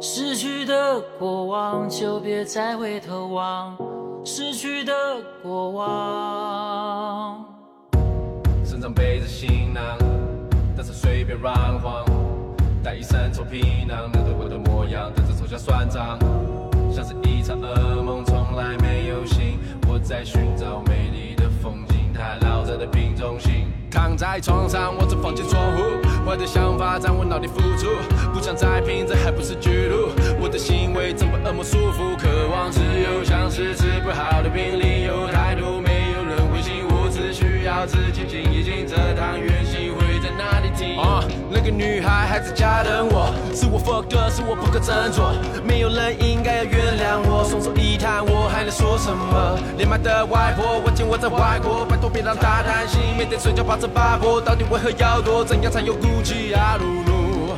逝去的过往就别再回头望，逝去的过往。 身上背着行囊，但是随便乱晃，带一身臭皮囊，那对我的模样，等着抽下算账，像是一场噩梦，从来没有醒。我在寻找美丽的风景，太老在的瓶中心。躺在床上，望着房间窗户，坏的想法在我脑里浮出，不想再拼，这还不是巨鹿。我的行为正被恶魔束缚，渴望自由，像是治不好的病，理由太多，没有人会信，我只需要自己静一静，这趟远行会在哪里停？那个女孩还在家等我，是我 fucked up， 是我不可斟酌，没有人应该要原谅我，双手一摊，我还能说什么？年迈的外婆，我见我在外国，拜托别让她担心，每天睡觉抱着八婆，到底为何要躲？怎样才有骨气啊？露露。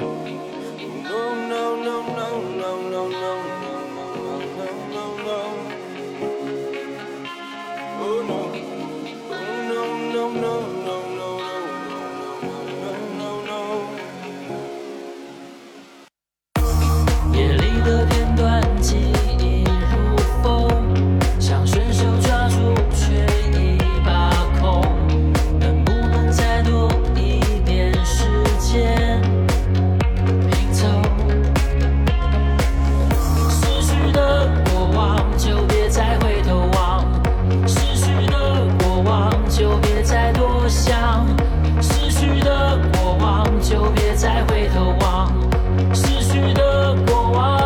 夜里的片段记忆如风，想顺手抓住却已把控，能不能再多一点时间拼凑？逝去的过往就别再回头望，逝去的过往就别再多想，逝去的过往就别再回头望，逝去的过往。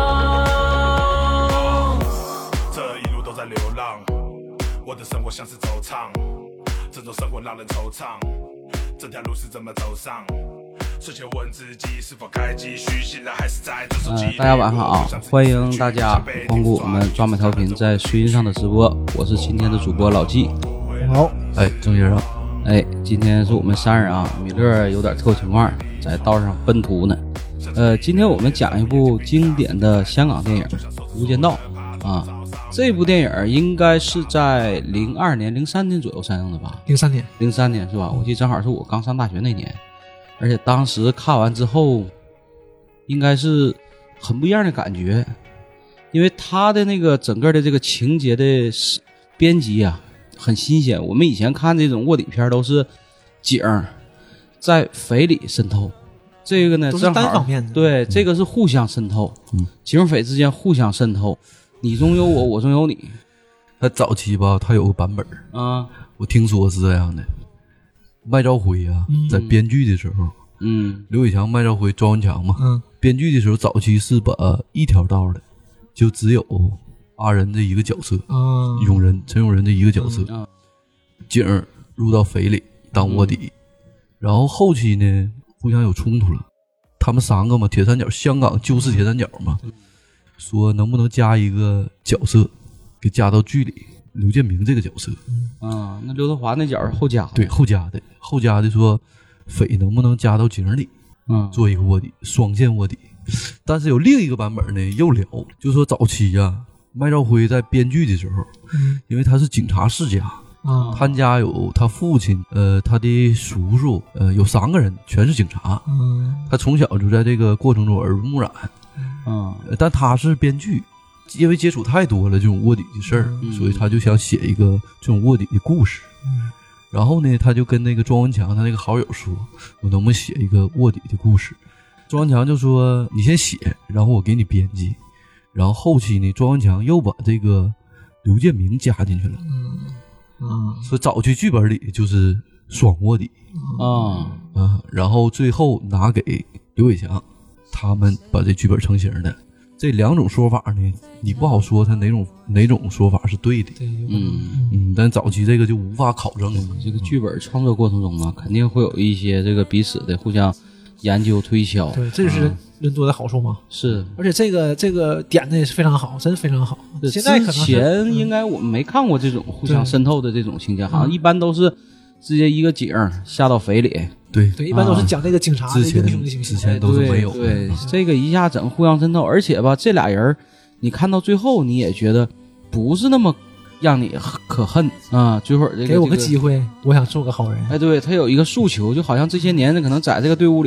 这一路都在流浪，我的生活像是惆怅，这种生活让人惆怅，这条路是怎么走上？睡前问自己是否该继续，醒来还是在这手机。 大家晚上好，欢迎大家光顾我们抓马调频在水音上的直播，我是今天的主播老纪。 好， 郑先生，今天是我们三人啊，米勒有点特情况，在道上奔图呢。今天我们讲一部经典的香港电影《无间道》啊。这部电影应该是在02年、03年左右上映的吧？03年是吧？我记得正好是我刚上大学那年，而且当时看完之后，应该是很不一样的感觉，因为他的那个整个的这个情节的编辑啊，很新鲜。我们以前看这种卧底片都是警在匪里渗透。这个呢， 都是单方面的， 对，这个是互相渗透，警匪之间互相渗透，你中有我，我中有你。 他早期吧，他有个版本啊，我听说是这样的：麦兆辉啊，在编剧的时候，刘伟强、麦兆辉、庄文强嘛，编剧的时候早期是把一条道的，就只有阿仁这一个角色，陈永仁这一个角色，警入到匪里当卧底，然后后期呢。互相有冲突了，他们三个嘛，铁三角，香港旧式铁三角嘛，说能不能加一个角色，给加到剧里，刘建明这个角色。 那刘德华那角是后加的， 对，后加的说，匪能不能加到警里，做一个卧底，双线卧底。但是有另一个版本呢，又聊，就说早期啊，麦兆辉在编剧的时候，因为他是警察世家。他家有他父亲，他的叔叔，有3个人，全是警察。他从小就在这个过程中耳濡目染。但他是编剧，因为接触太多了这种卧底的事儿，所以他就想写一个这种卧底的故事。然后呢，他就跟那个庄文强他那个好友说，我能不能写一个卧底的故事？庄文强就说你先写，然后我给你编辑。然后后期呢，庄文强又把这个刘建明加进去了。所以早期剧本里就是双卧底然后最后拿给刘伟强，他们把这剧本成型的。这两种说法呢，你不好说他哪种说法是对的。但早期这个就无法考证了。 这个剧本创作过程中嘛，肯定会有一些这个彼此的互相研究推敲。 对，这就是人多的好处嘛。 是， 而且这个点的也是非常好，真非常好。现在可能之前应该我们没看过这种互相渗透的这种情节，好像一般都是直接一个警下到匪里。 对，一般都是讲这个警察的英雄的形象， 之前都是没有。 对，这个一下整互相渗透，而且吧，这俩人你看到最后你也觉得不是那么让你可恨啊！最后给我个机会，我想做个好人。 对，他有一个诉求，就好像这些年可能在这个队伍里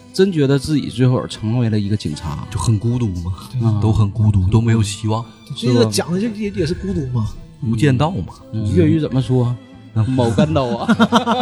真觉得自己最后成为了一个警察， 就很孤独嘛，都很孤独，都没有希望。 这个讲的就也是孤独嘛， 无间道嘛。 粤语怎么说？某干刀啊，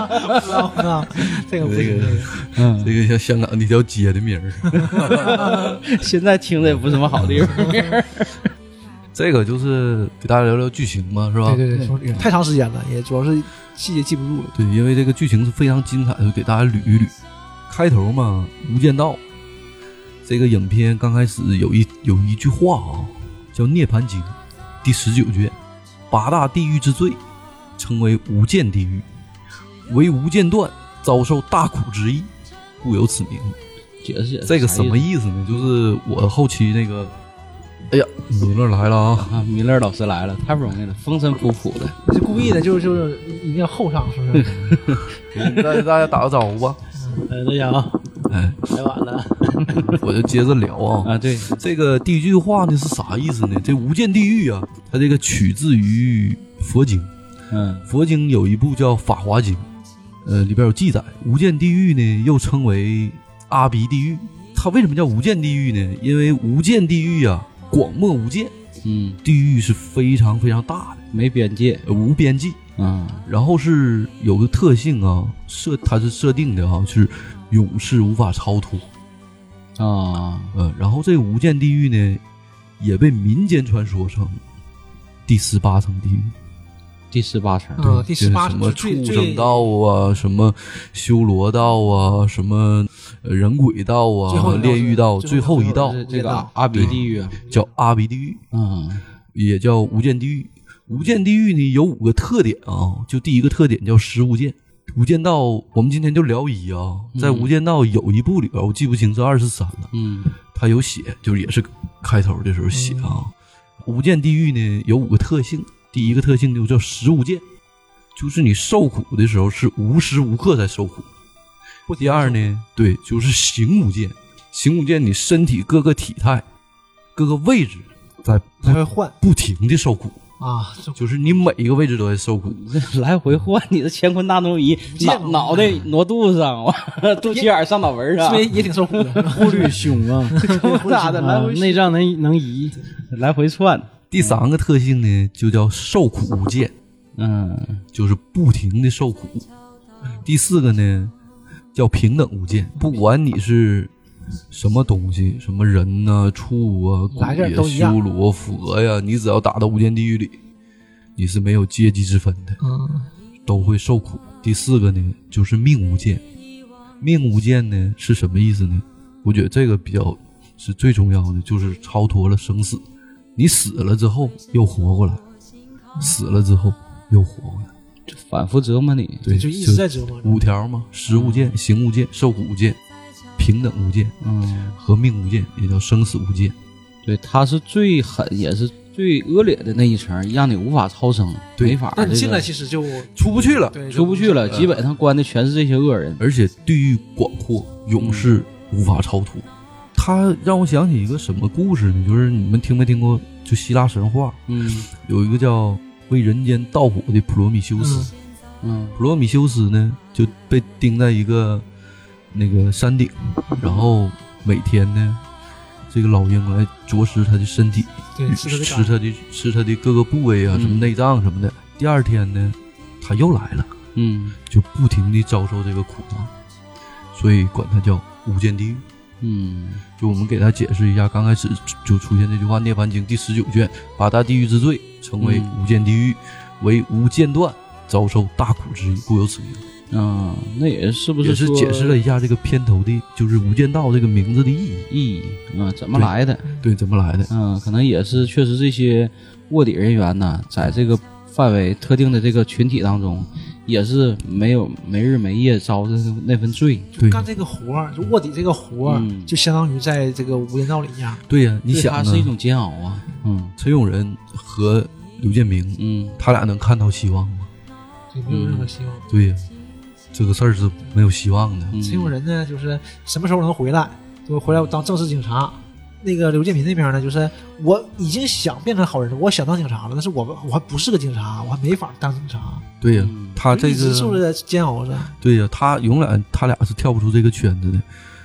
这个不行， 这个像香港那条街的名儿， 现在听着也不是什么好地方。 这个就是给大家聊聊剧情嘛，是吧？ 对，太长时间了，也主要是细节记不住了。 对，因为这个剧情是非常精彩的，给大家捋一捋。开头嘛，无间道这个影片刚开始有一句话啊，叫《涅槃经》第19卷，8大地狱之最，称为无间地狱，为无间断，遭受大苦之意，故有此名。 解释这个什么意思呢？就是我后期那个，哎呀，米勒来了啊！ 米勒老师来了，太不容易了，风尘仆仆的， 是故意的，就是一定要后上，是不是？ 大家打个招呼吧。 大家好，来晚了， 我就接着聊啊。 对， 这个第一句话呢是啥意思呢？这无间地狱啊，它这个取自于佛经。佛经有一部叫《法华经》，里边有记载，无间地狱呢又称为阿鼻地狱。它为什么叫无间地狱呢？因为无间地狱啊，广袤无间，地狱是非常非常大的， 没边界， 无边际。然后是有个特性啊，它是设定的啊，是永世无法超脱啊。然后这个无间地狱呢，也被民间传说成第18层地狱。 第18层， 对，第18层什么畜生道啊，什么修罗道啊，什么人鬼道啊，炼狱道，最后一道这个阿鼻地狱叫阿鼻地狱，也叫无间地狱。无间地狱呢有5个特点啊，就第一个特点叫10无间。无间道我们今天就聊1啊，在无间道有一部里边，我记不清是23了，他有写，就是也是开头的时候写啊。无间地狱呢有5个特性，第一个特性就叫10无间，就是你受苦的时候是无时无刻在受苦。第二呢，对，就是行无间，行无间你身体各个体态、各个位置在不停的受苦。就是你每一个位置都在受苦， 来回换。你的乾坤大挪移，脑袋挪肚子上，肚脐眼上脑门上， 也挺受苦的。 步履凶啊， 咋的？来回内脏能移， 来回窜。 第3个特性呢，就叫受苦无间，就是不停的受苦。第4个呢，叫平等无间，不管你是什么东西，什么人啊、畜啊、鬼啊、修罗、佛呀，你只要打到无间地狱里，你是没有阶级之分的，都会受苦。第4个呢，就是命无间。命无间呢是什么意思呢？我觉得这个比较是最重要的，就是超脱了生死。你死了之后又活过来，死了之后又活过来， 就反复折磨你。 对， 就一直在折磨。 5条嘛，10无间、行无间、受苦无间、平等无间，和命无间，也叫生死无间。 对，它是最狠也是最恶劣的那一层，让你无法超生，没法。 但进来其实就出不去了， 出不去了，基本上关的全是这些恶人， 而且地狱广阔，永世无法超脱。他让我想起一个什么故事呢？就是你们听没听过？就希腊神话，有一个叫为人间盗火的普罗米修斯，普罗米修斯呢就被钉在一个那个山顶，然后每天呢，这个老鹰来啄食他的身体，吃他的各个部位啊，什么内脏什么的。第2天呢，他又来了，就不停地遭受这个苦难，所以管他叫无间地狱。就我们给他解释一下，刚开始就出现这句话，《涅槃经》第19卷，8大地狱之最，称为无间地狱，为无间断，遭受大苦之意，故有此名。 那也是不是也是解释了一下这个片头的，就是无间道这个名字的意义怎么来的？ 对，怎么来的？ 可能也是确实这些卧底人员呢，在这个范围特定的这个群体当中，也是没日没夜遭着那份罪， 就干这个活儿，就卧底这个活儿，就相当于在这个无间道里一样。 对呀，你想， 它是一种煎熬啊。 陈永仁和刘建明，他俩能看到希望吗？ 这没有任何希望。 对呀，这个事儿是没有希望的。 陈永仁呢，就是什么时候能回来，就回来当正式警察。那个刘建民那边呢，就是我已经想变成好人了，我想当警察了，但是我还不是个警察，我还没法当警察。 对呀，他这个一直受着煎熬着。 对呀，他俩是跳不出这个圈子的。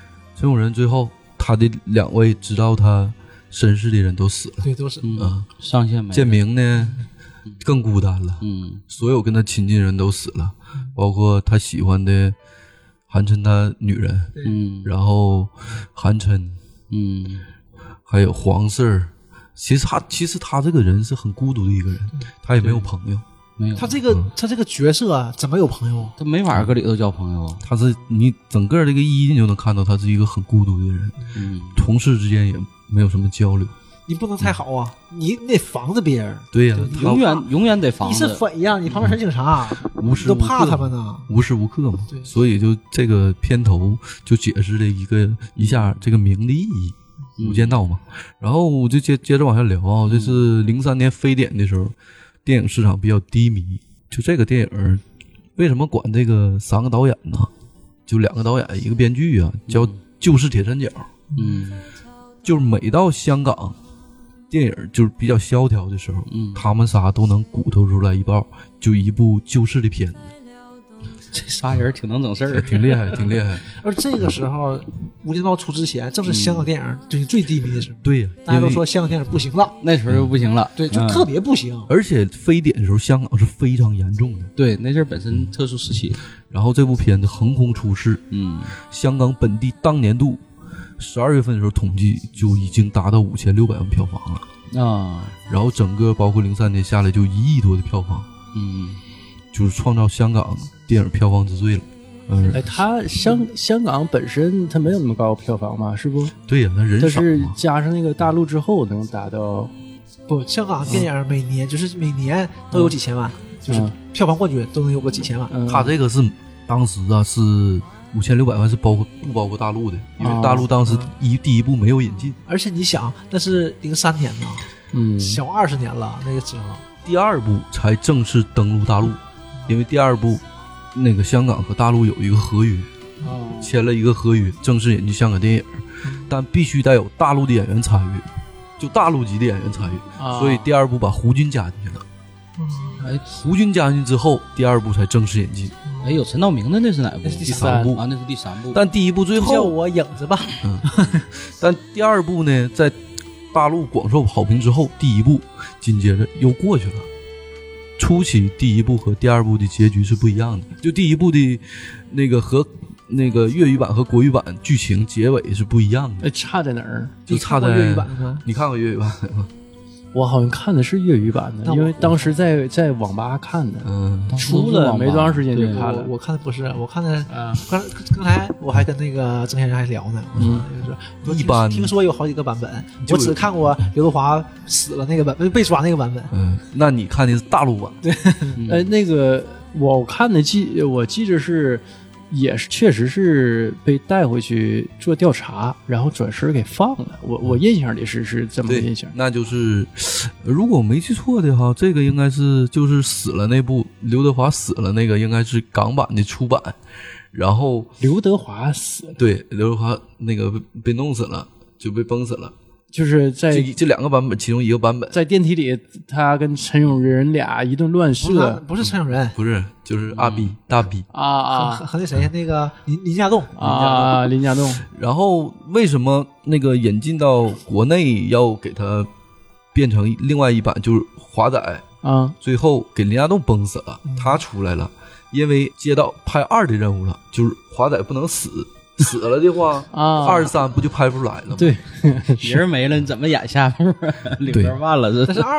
陈永仁最后他的2位知道他身世的人都死了， 对，都是上线没了。 建明呢更孤单了，所有跟他亲近人都死了，包括他喜欢的韩琛他女人，然后韩琛，还有黄四儿。其实他这个人是很孤独的一个人，他也没有朋友。 没有他这个角色啊，怎么有朋友？ 他没法搁里头交朋友。 他是你整个这个一你就能看到他是一个很孤独的人，同事之间也没有什么交流。 你不能太好啊，你得防着别人。 对呀， 永远得防着。 你是匪呀，你旁边是警察， 无时都怕他们呢， 无时无刻嘛。 对， 所以就这个片头就解释了一下这个名的意义。无间道嘛，然后我就接着往下聊啊，这是03年非典的时候，电影市场比较低迷。就这个电影为什么管这个3个导演呢？就2个导演1个编剧啊，叫旧式铁三角。就是每到香港电影就是比较萧条的时候，他们仨都能鼓捣出来一部旧式的片子。 这仨人挺能整事儿， 挺厉害，挺厉害。 而这个时候，《无间道》出之前，正是香港电影最低迷的时候。 对呀， 大家都说香港电影不行了， 那时候就不行了。 对，就特别不行。 而且非典的时候，香港是非常严重的。 对，那阵本身特殊时期。 然后这部片子横空出世，香港本地当年度12月份的时候统计就已经达到5600万票房了啊。然后整个包括03年下来就1亿多的票房，就是创造香港电影票房之最了。 他香港本身他没有那么高票房嘛，是不？ 对呀，那人少嘛。 但是加上那个大陆之后能达到， 不，香港电影每年都有几千万，就是票房冠军都能有个几千万。 他这个是当时啊是5600万是不包括大陆的，因为大陆当时第一部没有引进。 而且你想，那是03年呢，小20年了那个时候。 第2部才正式登陆大陆，因为第2部那个香港和大陆有一个合约，签了一个合约，正式引进香港电影，但必须得有大陆的演员参与，就大陆级的演员参与，所以第2部把胡军加进去了。胡军加进去之后，第2部才正式引进。 有陈道明的那是哪部？ 第 3部啊，那是第3部。 但第1部最后叫我影子吧。 但第2部呢，在大陆广受好评之后，第1部紧接着又过去了。初期第1部和第2部的结局是不一样的，就第1部的那个和那个粤语版和国语版剧情结尾是不一样的。 差在哪儿？ 就差在粤语版吗？ 你看过粤语版吗？ 我好像看的是粤语版的，因为当时在网吧看的，出了没多长时间就看了。 我看的不是，我看的刚才我还跟那个郑先生还聊呢，就是一般听说有好几个版本，我只看过刘德华死了那个版本，被抓那个版本。 那你看的是大陆版？ 对，那个我看的我记着是。也是确实是被带回去做调查，然后转身给放了。我印象里是这么个印象。 那就是如果我没记错的话，这个应该是就是死了那部刘德华死了那个应该是港版的出版，然后刘德华死了， 对，刘德华那个被弄死了，就被崩死了。 就是在这2个版本其中一个版本， 在电梯里，他跟陈永仁俩一顿乱射， 不是陈永仁， 不是，就是阿 B 大 B 和那谁那个林家栋林家栋。 然后为什么那个引进到国内要给他变成另外一版，就是华仔最后给林家栋崩死了，他出来了，因为接到拍2的任务了，就是华仔不能死了的话，2、3不就拍不出来了吗？ 对， 人没了，你怎么演下部？里边忘了这。 但是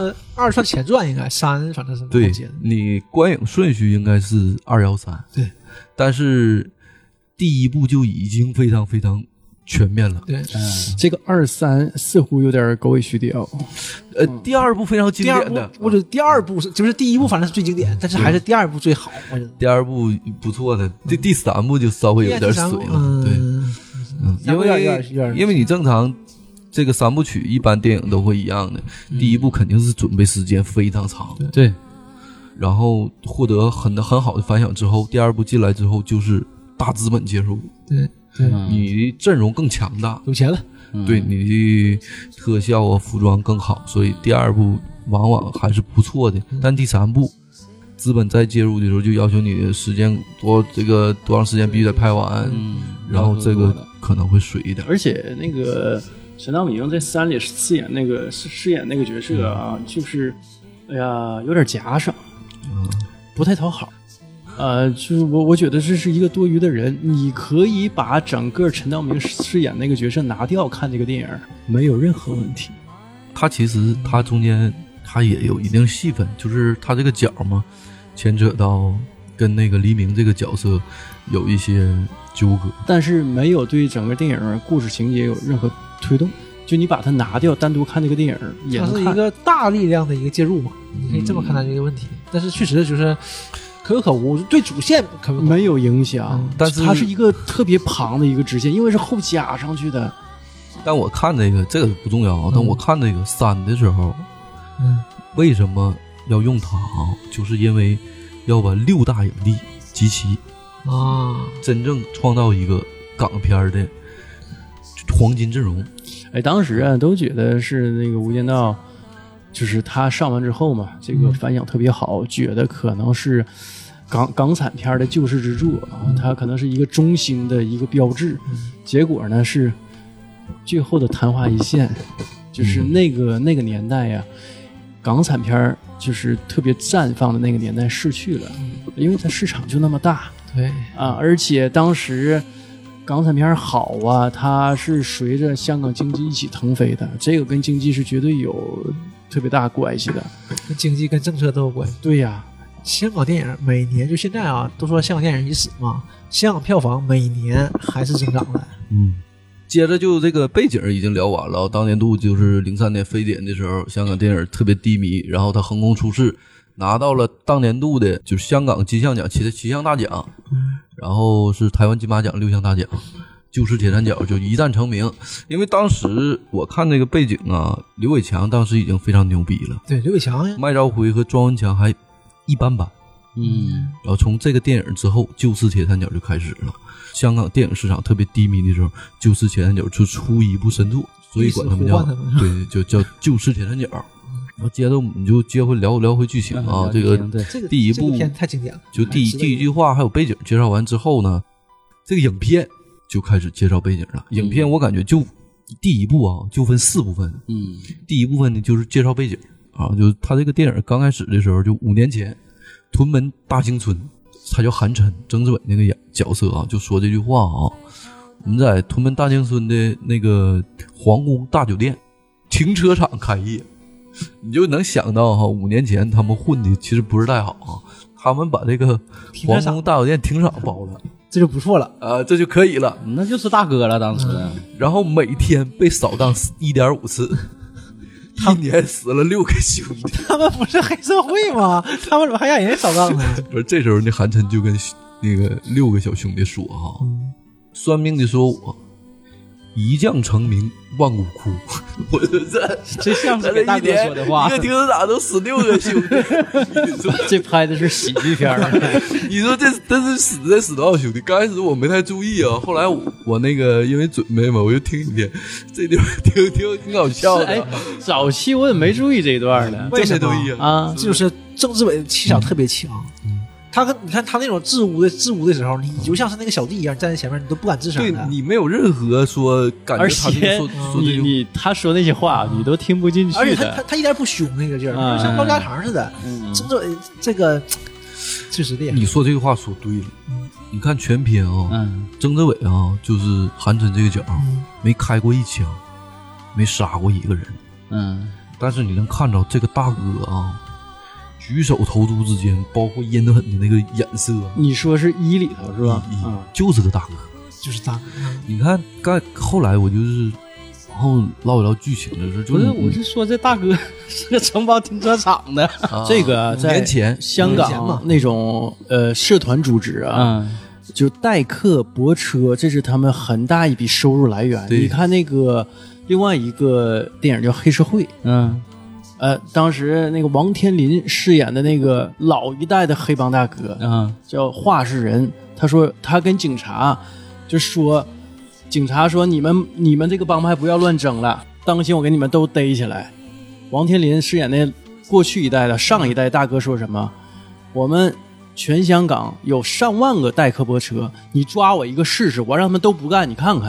2算前传，应该3反正是对。你观影顺序应该是213，对。但是第1部就已经非常非常全面了。 对， 这个2、3似乎有点狗尾续貂。 第2部非常经典的， 我觉得第2部就是第1部反正是最经典，但是还是第2部最好。 第2部不错的，第3部就稍微有点水了。对，因为你正常这个3部曲一般电影都会一样的，第1部肯定是准备时间非常长， 对， 然后获得很好的反响之后，第2部进来之后就是大资本介入， 对， 你阵容更强大， 有钱了。 对，你的特效啊服装更好，所以第2部往往还是不错的。但第3部资本在介入的时候就要求你的时间多长时间必须得拍完，然后这个可能会水一点。 而且那个陈道明在3里饰演那个角色啊，就是哎呀有点假伤，不太讨好。就是我觉得这是一个多余的人，你可以把整个陈道明饰演那个角色拿掉，看这个电影没有任何问题。 他其实他中间他也有一定戏份，就是他这个角嘛，牵扯到跟那个黎明这个角色有一些纠葛， 但是没有对整个电影故事情节有任何推动。就你把它拿掉，单独看这个电影也能看。 它是一个大力量的一个介入嘛，你可以这么看待这个问题。但是确实就是可有可无，对主线可有可无没有影响。 但是它是一个特别庞的一个支线，因为是后加上去的。 但我看这个不重要啊，但我看这个3的时候，为什么要用它啊？就是因为要把6大影帝集齐啊， 真正创造一个港片的黄金阵容。 哎，当时啊都觉得是那个《无间道》，就是他上完之后嘛，这个反响特别好，觉得可能是港产片的救世之作啊，它可能是一个中兴的一个标志。结果呢是最后的昙花一现，就是那个年代呀，港产片就是特别绽放的那个年代逝去了，因为它市场就那么大。 对啊，而且当时港产片好啊，它是随着香港经济一起腾飞的，这个跟经济是绝对有特别大关系的， 跟经济跟政策都有关系。 对呀， 香港电影每年就现在啊，都说香港电影已死嘛，香港票房每年还是增长的。 接着就这个背景已经聊完了，当年度就是03年非典的时候，香港电影特别低迷，然后他横空出世，拿到了当年度的就是香港金像奖7项大奖，然后是台湾金马奖6项大奖，救世铁三角就一战成名。因为当时我看那个背景啊，刘伟强当时已经非常牛逼了， 对，刘伟强、 麦兆辉和庄文强还一般般。然后从这个电影之后，救世铁三角就开始了。香港电影市场特别低迷的时候，救世铁三角就出一部神作，所以管他们叫对，就叫救世铁三角。然后接着我们就接回聊回剧情啊，这个第一部这个片太经典了， 就第一句话还有背景介绍完之后呢，这个影片就开始介绍背景了。影片我感觉就第一部啊就分4部分，第一部分呢就是介绍背景啊，就他这个电影刚开始的时候就5年前，屯门大兴村，他叫韩琛，曾志伟那个角色啊，就说这句话啊，我们在屯门大兴村的那个皇宫大酒店停车场开业。你就能想到哈，5年前他们混的其实不是太好啊，他们把这个皇宫大酒店停车场包了， 这就不错了啊，这就可以了， 那就是大哥了当时。 然后每天被扫荡1.5次，一年死了6个兄弟。 他们不是黑社会吗？他们怎么还让人扫荡呢？ 不是，这时候那韩琛就跟那个6个小兄弟说哈，算命的说我一将成名万骨枯，我说这像是给大哥说的话。 一个停车场都死6个兄弟， 这拍的是喜剧片你说这死多少兄弟？刚开始我没太注意啊，后来我那个因为准备嘛，我就听一遍，这地方挺搞笑的。 哎，早期我怎么没注意这一段呢？ 为什么啊？ 这就是郑志伟的气场特别强。他跟你看他那种自污的时候，你就像是那个小弟一样站在前面，你都不敢吱声。 对，你没有任何说感觉他说他说那些话你都听不进去的。 而且他一点不凶那个劲儿，像唠家常似的。郑志伟这个确实厉害。 你说这个话说对了。你看全片啊，郑志伟啊，就是韩琛这个角没开过一枪，没杀过一个人。但是你能看着这个大哥啊，举手投足之间，包括阴狠的那个眼色。 你说是1里头是吧？ 就是个大哥， 就是大哥。 你看，后来我就是然后唠一唠剧情的时候， 不是，我是说这大哥是个承包停车场的。这个在年前香港那种社团组织啊，就代客泊车，这是他们很大一笔收入来源。你看那个另外一个电影叫《黑社会》，当时那个王天林饰演的那个老一代的黑帮大哥，叫华世仁，他说他跟警察就说，警察说你们这个帮派不要乱整了，当心我给你们都逮起来。王天林饰演的过去一代的上一代大哥说什么，我们全香港有上万个代客泊车，你抓我一个试试，我让他们都不干，你看看。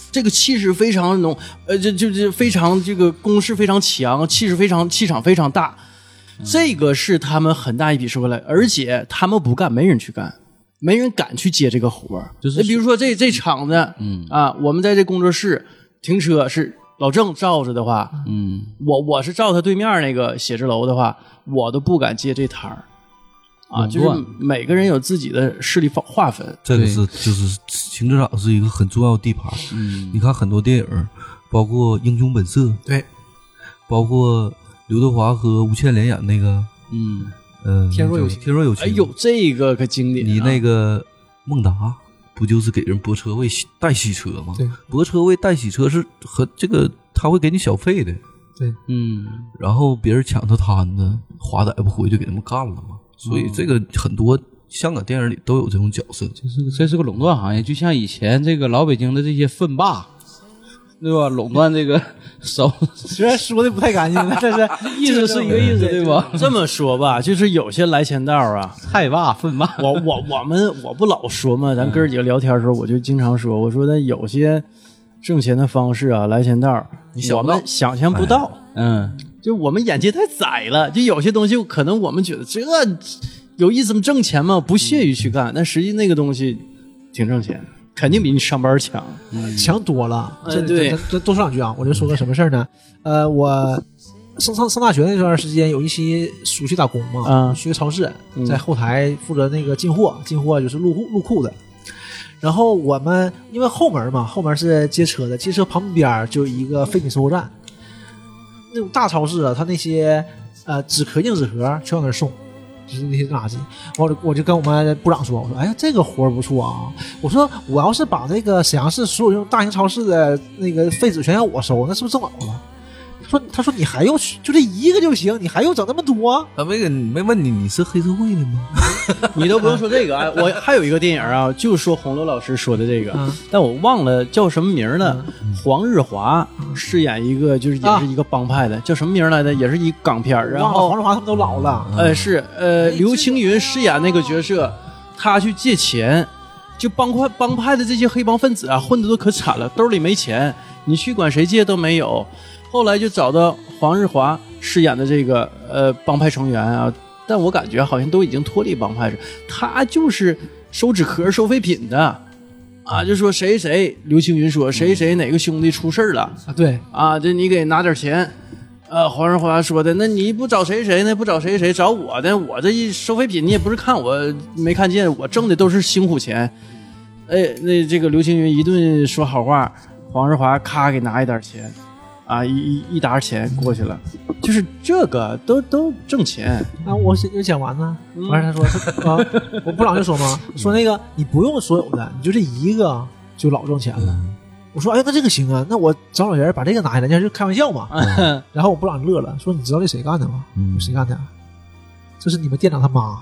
这个气势非常浓，就非常这个攻势非常强，气场非常大，这个是他们很大一笔收回来，而且他们不干，没人去干，没人敢去接这个活儿。就是比如说这厂子，我们在这工作室停车是老郑罩着的话，我是罩他对面那个写字楼的话，我都不敢接这摊儿。就是每个人有自己的势力划分， 这个就是停车场是一个很重要的地盘。你看很多电影，包括《英雄本色》， 对， 包括刘德华和吴倩莲演那个， 天若有情。 天若有情。 哎呦，这个可经典！ 你那个孟达不就是给人泊车位代洗车吗？ 对， 泊车位代洗车是和这个他会给你小费的。 对， 然后别人抢他摊子，华仔不回去给他们干了吗？所以这个很多香港电影里都有这种角色， 这是个垄断行业，就像以前这个老北京的这些粪霸，对吧？垄断这个手， 虽然说的不太干净，但是意思是一个意思，对吧？ 这么说吧，就是有些来钱道啊， 太霸粪霸， 我不老说嘛，咱哥几个聊天的时候，我就经常说，我说的有些挣钱的方式啊，来钱道，我们想象不到，就我们眼界太窄了，就有些东西可能我们觉得这有意思吗？挣钱吗？不屑于去干，但实际那个东西挺挣钱，肯定比你上班强， 强多了。 对， 这多说两句啊，我就说个什么事儿呢？我上大学那段时间有一期暑期打工嘛，去超市，在后台负责那个进货就是入库的。然后我们因为后门是接车的，接车旁边就有一个废品收购站。那种大超市啊，他那些纸壳硬纸盒全往那儿送，就是那些垃圾。我就跟我们部长说，我说哎呀这个活不错啊，我说我要是把那个沈阳市所有这种大型超市的那个废纸全让我收，那是不是挣老了？他说你还用就这一个就行，你还用整那么多？ 他没问你是黑社会的吗？ 你都不用说这个啊，我还有一个电影啊，就说洪楼老师说的这个，但我忘了叫什么名了。黄日华饰演一个就是也是一个帮派的，叫什么名来的？也是一港片。然后黄日华他们都老了。 刘青云饰演那个角色，他去借钱，就帮派的这些黑帮分子啊，混得都可惨了，兜里没钱，你去管谁借都没有。后来就找到黄日华饰演的这个帮派成员啊，但我感觉好像都已经脱离帮派了。他就是收纸壳、收废品的啊，就说谁刘青云说谁哪个兄弟出事了啊，对啊，这你给拿点钱。黄日华说的，那你不找谁呢？不找谁找我的？我这一收废品你也不是看我没看见，我挣的都是辛苦钱。那这个刘青云一顿说好话，黄日华咔给拿一点钱。啊，一沓钱过去了，就是这个都挣钱啊！我讲完呢，完事他说我部长就说嘛，说那个你不用所有的，你就这一个就老挣钱了。我说哎，那这个行啊，那我找老人把这个拿下来，那就开玩笑嘛。然后我部长乐了，说你知道这谁干的吗？谁干的？这是你们店长他妈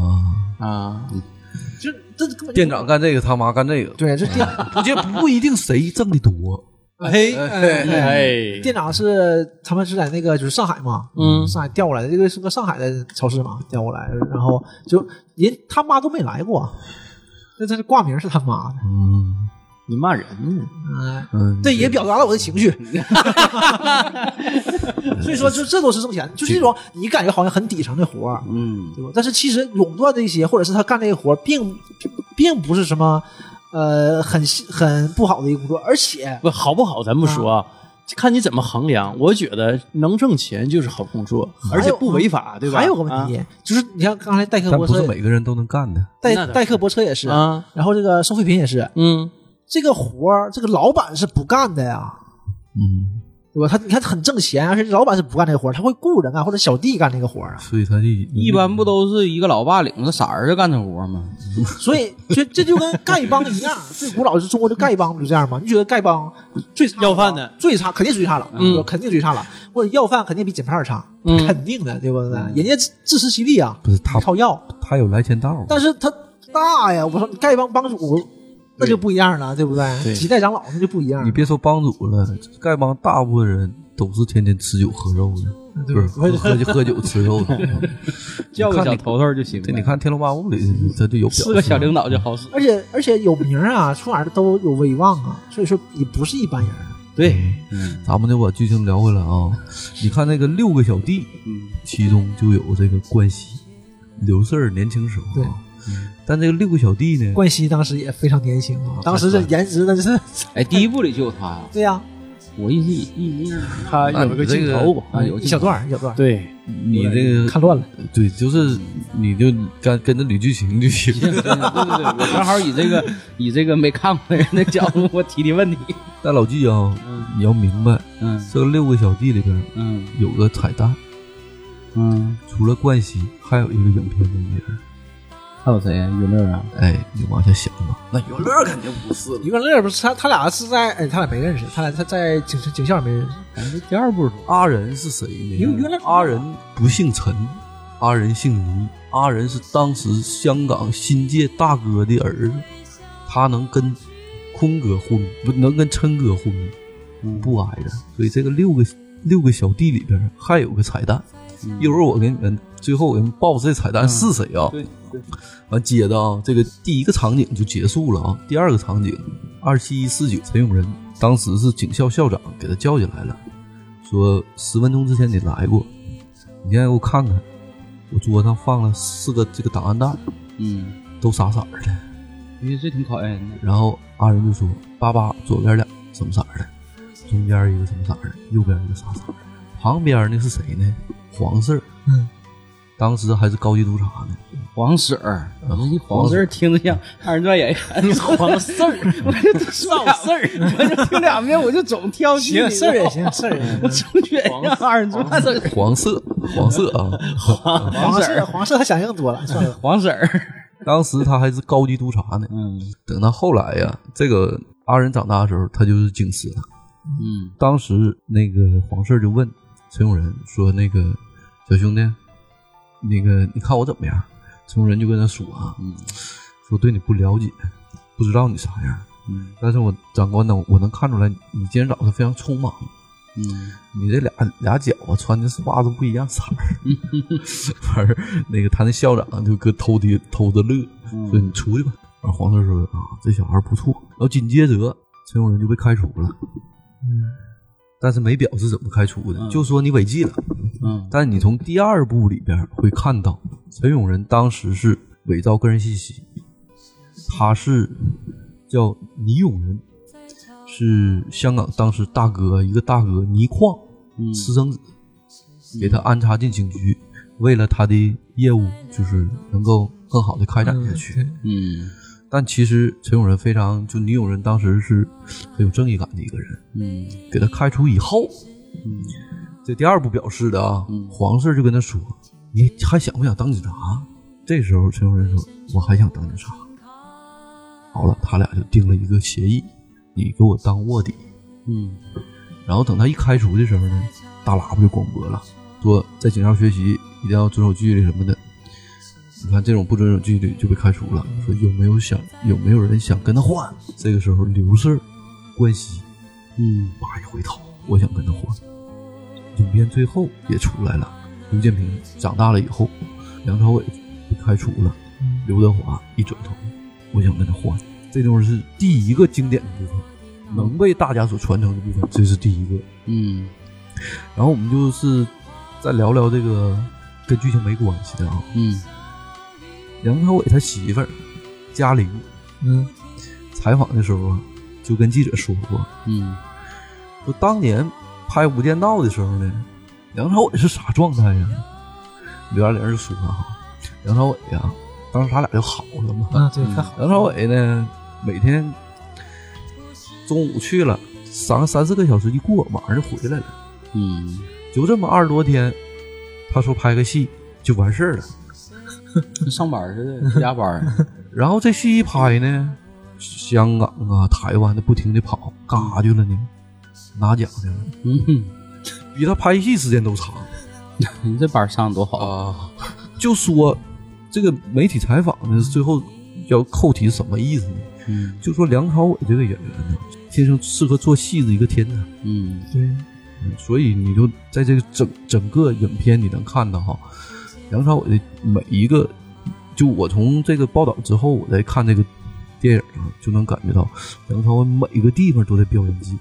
就这店长干这个，他妈干这个。 对，这店不一定谁挣的多。 店长他们是在那个就是上海嘛，上海调过来的，这个是个上海的超市嘛，调过来，然后就连他妈都没来过，那这是挂名是他妈的。 你骂人呢？ 这也表达了我的情绪。所以说，就这都是挣钱，就是这种你感觉好像很底层的活儿，对吧？但是其实垄断这些，或者是他干这个活儿，并不是什么。很不好的一个工作，而且不好不好咱不说，看你怎么衡量。我觉得能挣钱就是好工作，而且不违法，对吧？ 还有个问题，就是你像刚才代客泊车， 但不是每个人都能干的。 代客泊车也是啊，然后这个收废品也是，这个活儿这个老板是不干的呀，对吧？他你看很挣钱，而且老板是不干这个活儿，他会雇人干或者小弟干这个活儿啊。 所以他一般不都是一个老爸领着色儿就干这活吗？ 所以这就跟丐帮一样，最古老的中国的丐帮不就这样吗？你觉得丐帮最差要饭的最差肯定最差了，肯定最差了，或者要饭肯定比捡片差，肯定的，对不对？人家自食其力啊， 不是他靠要， 他有来钱道， 但是他大呀，我说丐帮帮主。那就不一样了，对不对？几代长老那就不一样。 你别说帮主了，丐帮大部分人都是天天吃酒喝肉的。 不是喝酒吃肉的， 叫个小头头就行了。 这你看《天龙八部》里他就有 4个小领导就好使， 而且有名啊，出哪儿都有威望啊，所以说也不是一般人。 对， 咱们就把剧情聊回来啊。你看那个6个小弟，其中就有这个关西、刘四儿年轻时候啊。 对， 但这个6个小弟呢， 关西当时也非常年轻啊，当时这颜值那是， 哎，第一部里就有他呀。 对呀， 我一他有一个镜头啊，有一小段， 对你这个看乱了， 对，就是你就跟着捋剧情就行。 对，我正好以这个没看过的人的角度，我提问题。 但老纪啊，你要明白，这个6个小弟里边，有个彩蛋，除了冠希，还有一个影片中的人。 还有谁呀？云乐啊？ 哎，你往下想吧。那云乐肯定不是了。 云乐不是他俩是在他俩没认识，他在警校没认识。 感觉第2部阿仁是谁呢？ 云乐阿仁不姓陈，阿仁姓倪。阿仁是当时香港新界大哥的儿子，他能跟坤哥混，不能跟琛哥混，不挨着。所以这个六个小弟里边还有个彩蛋，一会儿我给你们最后我给你们报这彩蛋是谁啊？ 对。 完接着啊，这个第一个场景就结束了啊。第2个场景，27149陈永仁当时是警校校长给他叫进来了，说10分钟之前你来过，你现在给我看看，我桌上放了4个这个档案袋，都啥色的， 因为这挺考验人的。 然后阿仁就说88左边2什么色的，中间一个什么色的，右边一个啥色的，旁边呢是谁呢？黄四儿，当时还是高级督察呢。 黄婶儿，黄婶儿听着像2人转演员，黄四儿，我就少事儿，我就听2遍我就总挑戏。 行，事儿也行，事儿也行， 我总觉得像2人转。 黄色啊， 黄色他想象多了，算了。 黄婶儿， 当时他还是高级督察呢。等到后来呀，这个阿仁长大的时候，他就是警司了。当时那个黄四就问陈永仁说：“那个小兄弟，那个你看我怎么样？”陈永仁就跟他说啊，说对你不了解，不知道你啥样，但是我长官呢，我能看出来你今天早上非常匆忙，你这俩脚啊穿的是袜子不一样色儿，完事那个他那校长就搁偷着乐，说你出去吧。完黄四说啊，这小孩不错。然后紧接着陈永仁就被开除了，但是没表示怎么开除的，就说你违纪了。但你从第2部里边会看到，陈永仁当时是伪造个人信息，他是叫倪永仁，是香港当时一个大哥倪匡私生子，给他安插进警局，为了他的业务就是能够更好的开展下去。但其实陈永仁倪永仁当时是很有正义感的一个人。给他开除以后，这第2部表示的啊，黄四就跟他说：“你还想不想当警察？”这时候陈永仁说：“我还想当警察。”好了，他俩就定了一个协议，你给我当卧底。然后等他一开除的时候呢，大喇叭就广播了，说在警校学习一定要遵守纪律什么的。你看这种不遵守纪律就被开除了。说有没有人想跟他换？这个时候刘四、关西，叭一回头，我想跟他换。影片最后也出来了，刘建平长大了以后，梁朝伟被开除了，刘德华一转头，我想跟他换。这就是第1个经典的部分，能被大家所传承的部分，这是第1个。然后我们就是再聊聊这个跟剧情没关系的啊。梁朝伟他媳妇儿嘉玲，采访的时候啊，就跟记者说过，说当年拍《无间道》的时候呢，梁朝伟是啥状态呀？刘嘉玲就说啊，梁朝伟呀，当时他俩就好了嘛。 对，太好了。 梁朝伟呢，每天中午去了3-4个小时一过，晚上就回来了。就这么20多天，他说拍个戏就完事儿了。 跟上班似的，加班。 然后这戏一拍呢，香港啊、台湾的不停的跑，干啥去了呢？拿奖去了。比他拍戏时间都长。 你这班上多好啊！就说这个媒体采访呢，最后要扣题什么意思呢？就说梁朝伟这个演员呢，天生适合做戏的一个天才。 对， 所以你就在这个整个影片你能看到哈，梁朝伟的每一个，就我从这个报道之后，我再看这个电影就能感觉到梁朝伟每个地方都在飙演技。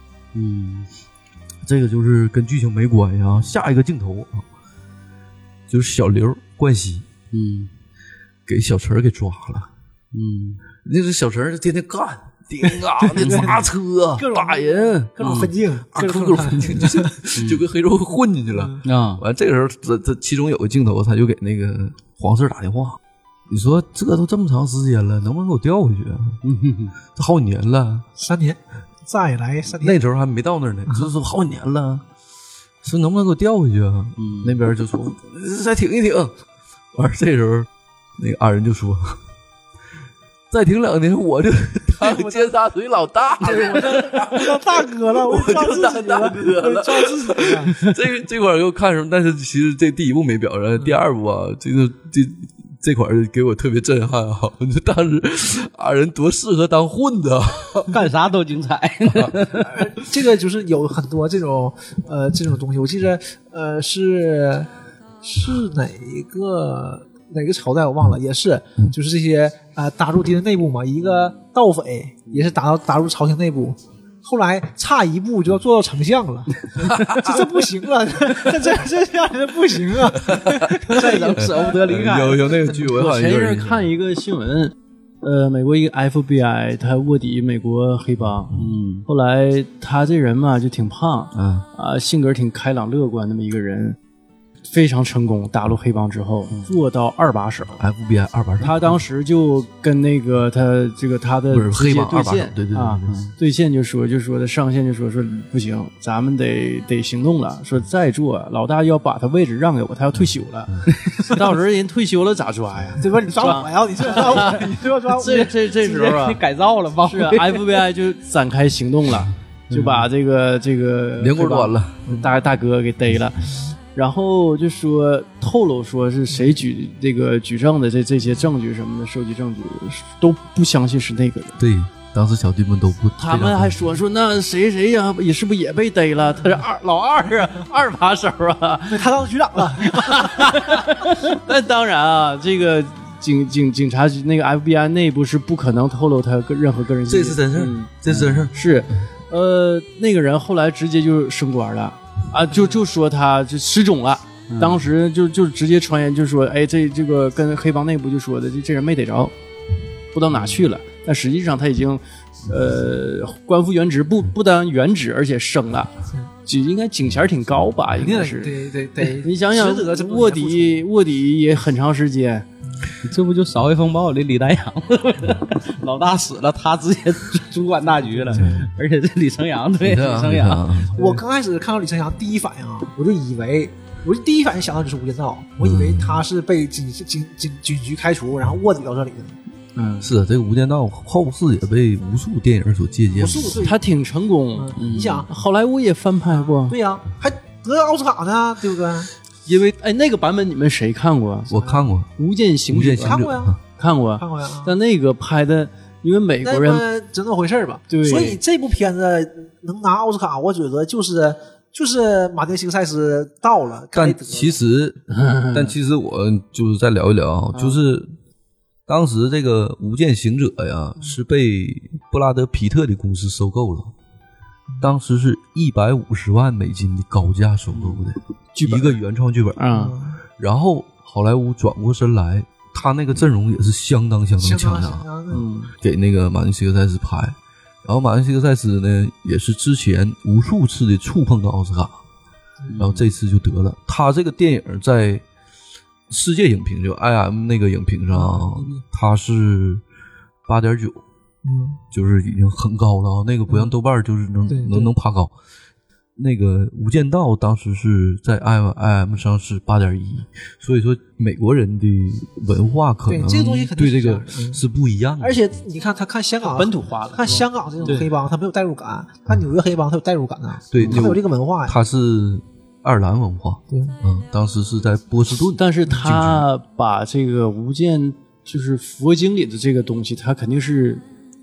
这个就是跟剧情没关系啊。下一个镜头啊，就是小刘冠希，给小陈给抓了。那个小陈天天干。顶啊！那砸车，打人， 各种分镜， 各种分镜，就跟黑社会混进去了啊！完这个时候，他其中有个镜头，他就给那个黄四打电话，你说这都这么长时间了，能不能给我调回去啊？这好几年了 ，3年，再来3年， 那时候还没到那儿呢，说好几年了，说能不能给我调回去啊？那边就说再挺一挺，完这时候那个二人就说。再停2年，我就当尖沙咀老大了， 我当大哥了，我就当大哥了，装自己了。 这块又看什么？但是其实这第一部没表现，第二部啊，这块给我特别震撼啊！当时二人多适合当混子， 干啥都精彩。 这个就是有很多这种东西，我记得是哪个朝代我忘了，也是就是这些打入敌人内部嘛，一个盗匪也是打入朝廷内部，后来差一步就要做到丞相了，这不行了，这样人不行啊， 再等舍不得离开。 有那个剧我前一阵看一个新闻，美国一个 FBI 他卧底美国黑帮，后来他这人嘛就挺胖，性格挺开朗乐观那么一个人。非常成功，打入黑帮之后做到2把手 ，FBI 2把手。 他当时就跟那个他的黑帮对线， 对对线就说他上线就说不行，咱们得行动了，说再做老大要把他位置让给我，他要退休了，到时候人退休了咋抓呀？ 对吧？你抓我呀？你这抓我，你这要抓我？ 这时候啊， 你改造了吧？ 是啊 ，FBI 就展开行动了，就把这个连锅端了， 大哥给逮了。然后就说透露说是谁举证的这些证据什么的，收集证据都不相信是那个人。 对，当时小弟们都不， 他们还说那谁呀，也是不是也被逮了？他是老二啊，2把手啊， 他当局长了。 但当然啊，这个警察局那个 FBI 内部是不可能透露他任何个人信息。 这是真事，这是真事。 是，那个人后来直接就升官了。就说他就失踪了，当时就直接传言就说，哎，这个跟黑帮内部就说的，这人没逮着，不知道哪去了。但实际上他已经官复原职，不单原职，而且升了，就应该警衔挺高吧？应该是。 对， 你想想，卧底也很长时间。 这不就《扫黑风暴》里李丹阳老大死了，他直接主管大局了，而且这李成阳对李成阳， 我刚开始看到李成阳第一反应啊，我就第一反应想到就是《无间道》，我以为他是被警局开除，然后卧底到这里的。 是这个《无间道》后世也被无数电影所借鉴， 他挺成功。 你想， 好莱坞也翻拍过， 对呀，还得奥斯卡呢，对不对？ 因为那个版本你们谁看过？ 我看过《 无间行者》， 看过呀， 看过呀。 但那个拍的，因为美国人真那么回事吧？ 对， 所以这部片子能拿奥斯卡，我觉得就是马丁·西克塞斯到了。 但其实我就是再聊一聊，就是当时这个《无间行者》呀是被布拉德·皮特的公司收购了。当时是150万美金的高价收购的一个原创剧本然后好莱坞转过身来，他那个阵容也是相当强给那个马丁·西克塞斯拍，然后马丁·西克塞斯呢也是之前无数次的触碰到奥斯卡，然后这次就得了。他这个电影在世界影评就 IM 那个影评上他是8.9，就是已经很高了啊，那个不像豆瓣就是能爬高。那个《无间道》当时是在 IM 上是8.1，所以说美国人的文化可能这个东西肯定对这个是不一样的。 而且你看他看香港本土化的， 看香港这种黑帮他没有代入感，看纽约黑帮他有代入感啊， 对， 他有这个文化呀， 他是爱尔兰文化， 对， 当时是在波士顿， 但是他把这个无间就是佛经里的这个东西，他肯定是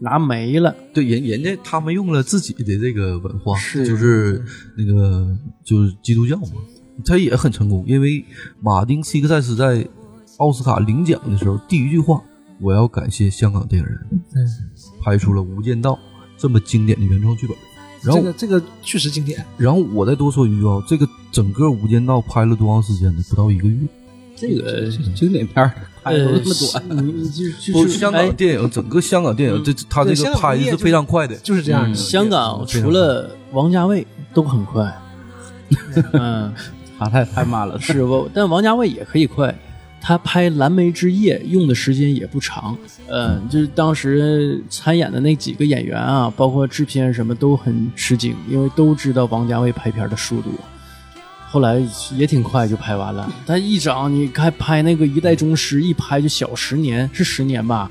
拿没了。 对，人家他们用了自己的这个文化， 是就是那个就是基督教嘛，他也很成功。因为马丁·西克塞斯在奥斯卡领奖的时候，第一句话，我要感谢香港电影人，拍出了《无间道》这么经典的原创剧本。然后这个确实经典。 然后我再多说一句啊，这个整个《无间道》拍了多长时间呢？不到1个月。 这个经典片拍的那么短， 就是香港电影，整个香港电影，他这个拍的是非常快的， 就是这样的。 香港除了王家卫都很快， 他太慢了， 是不？但王家卫也可以快。他拍《蓝莓之夜》用的时间也不长，就是当时参演的那几个演员啊，包括制片什么都很吃惊，因为都知道王家卫拍片的速度。后来也挺快就拍完了。他一整，你看拍那个《一代宗师》，一拍就小10年，是10年吧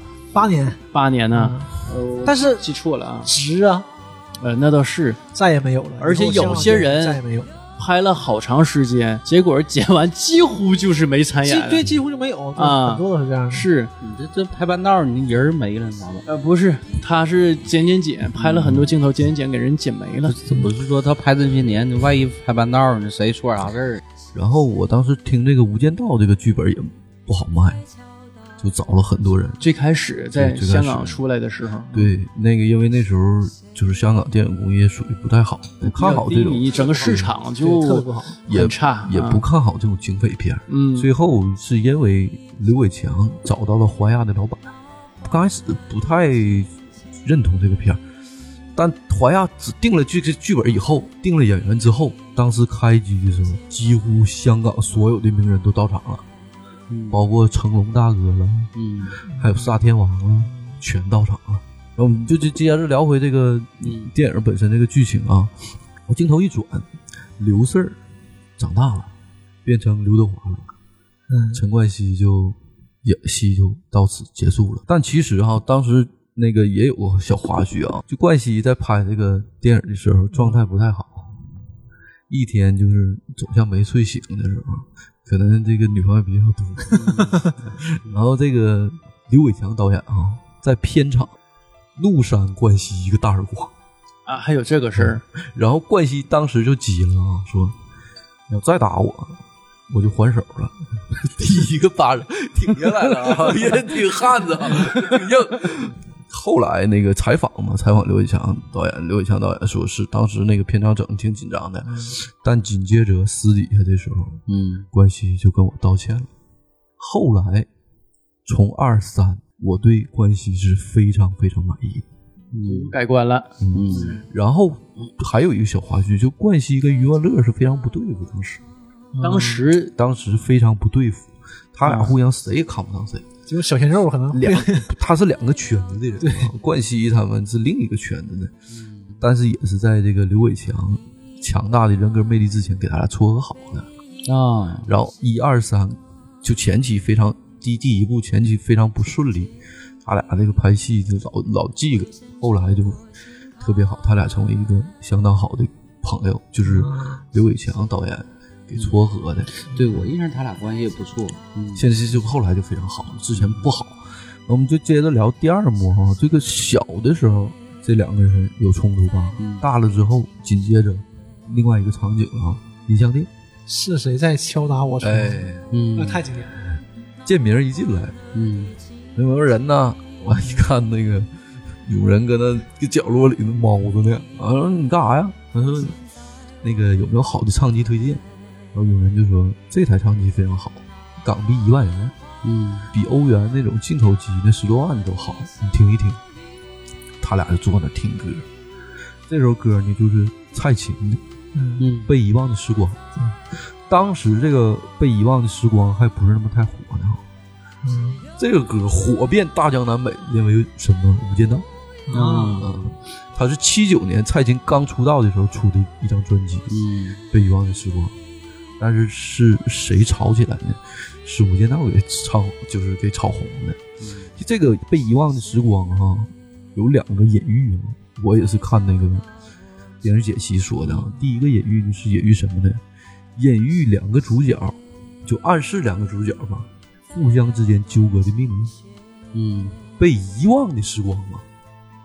？8年呢？ 但是记错了啊， 值啊。 那倒是， 再也没有了。 而且有些人再也没有。 拍了好长时间，结果剪完几乎就是没参演， 对，几乎就没有啊， 很多都是这样的。 是你这拍半道，你人没了，你知道吗？ 不是，他是剪，拍了很多镜头，剪给人剪没了。 这不是说他拍这些年，你万一拍半道，你谁说啥事儿？ 然后我当时听这个《无间道》这个剧本也不好卖，就找了很多人。 最开始在香港出来的时候， 对，那个因为那时候就是香港电影工业属于不太好，不看好这种， 整个市场就特别不好， 也差， 也不看好这种警匪片。最后是因为刘伟强找到了华亚的老板，刚开始不太认同这个片，但华亚只定了这个剧本以后，定了演员之后，当时开机的时候，几乎香港所有的名人都到场了。包括成龙大哥了，还有沙天王了，全到场了。然后我们就接着聊回这个电影本身这个剧情啊。我镜头一转，刘四儿长大了，变成刘德华了，陈冠希就演戏就到此结束了。但其实哈，当时那个也有个小花絮啊，就冠希在拍这个电影的时候状态不太好，一天就是总像没睡醒的时候。可能这个女朋友比较多，然后这个刘伟强导演啊，在片场怒扇冠希一个大耳光啊，还有这个事儿。 然后冠希当时就急了啊，说要再打我就还手了。第一个巴掌挺下来了啊，也挺汉子啊，挺硬。后来那个采访刘伟强导演说是当时那个片场整挺紧张的，但紧接着私底下的时候，冠希就跟我道歉了。后来从23，我对冠希是非常非常满意的， 改观了。 然后还有一个小花絮，就冠希跟余文乐是非常不对付，当时非常不对付，他俩互相谁也看不上谁。 就小鲜肉可能他是2个圈子的人，冠希他们是另一个圈子的，但是也是在这个刘伟强强大的人格魅力之前给他俩撮合好的啊。然后1、2、3就前期非常第一部前期非常不顺利，他俩这个拍戏就老记个，后来就特别好，他俩成为一个相当好的朋友，就是刘伟强导演给撮合的。 对，我印象他俩关系也不错， 现在就后来就非常好，之前不好。我们就接着聊第2幕哈，这个小的时候这2个人有冲突吧，大了之后紧接着另外一个场景啊，音像店是谁在敲打我窗？那太经典了。 建明一进来，有没有人呢？我一看那个有人搁那角落里那猫着呢，我说你干啥呀？他说那个有没有好的唱机推荐？然后有人就说这台唱机非常好，港币1万元，比欧元那种进口机那10多万的都好，你听一听。他俩就坐那听歌，这首歌呢就是蔡琴的被遗忘的时光。当时这个被遗忘的时光还不是那么太火呢，这个歌火遍大江南北，因为什么？无间道它是79年蔡琴刚出道的时候出的一张专辑，被遗忘的时光。但是是谁炒起来呢？是无间道给就是给炒红的。这个被遗忘的时光哈，有2个隐喻，我也是看那个电视解析说的。第一个隐喻就是隐喻什么呢？隐喻2个主角，就暗示2个主角吧，互相之间纠葛的命运。被遗忘的时光嘛，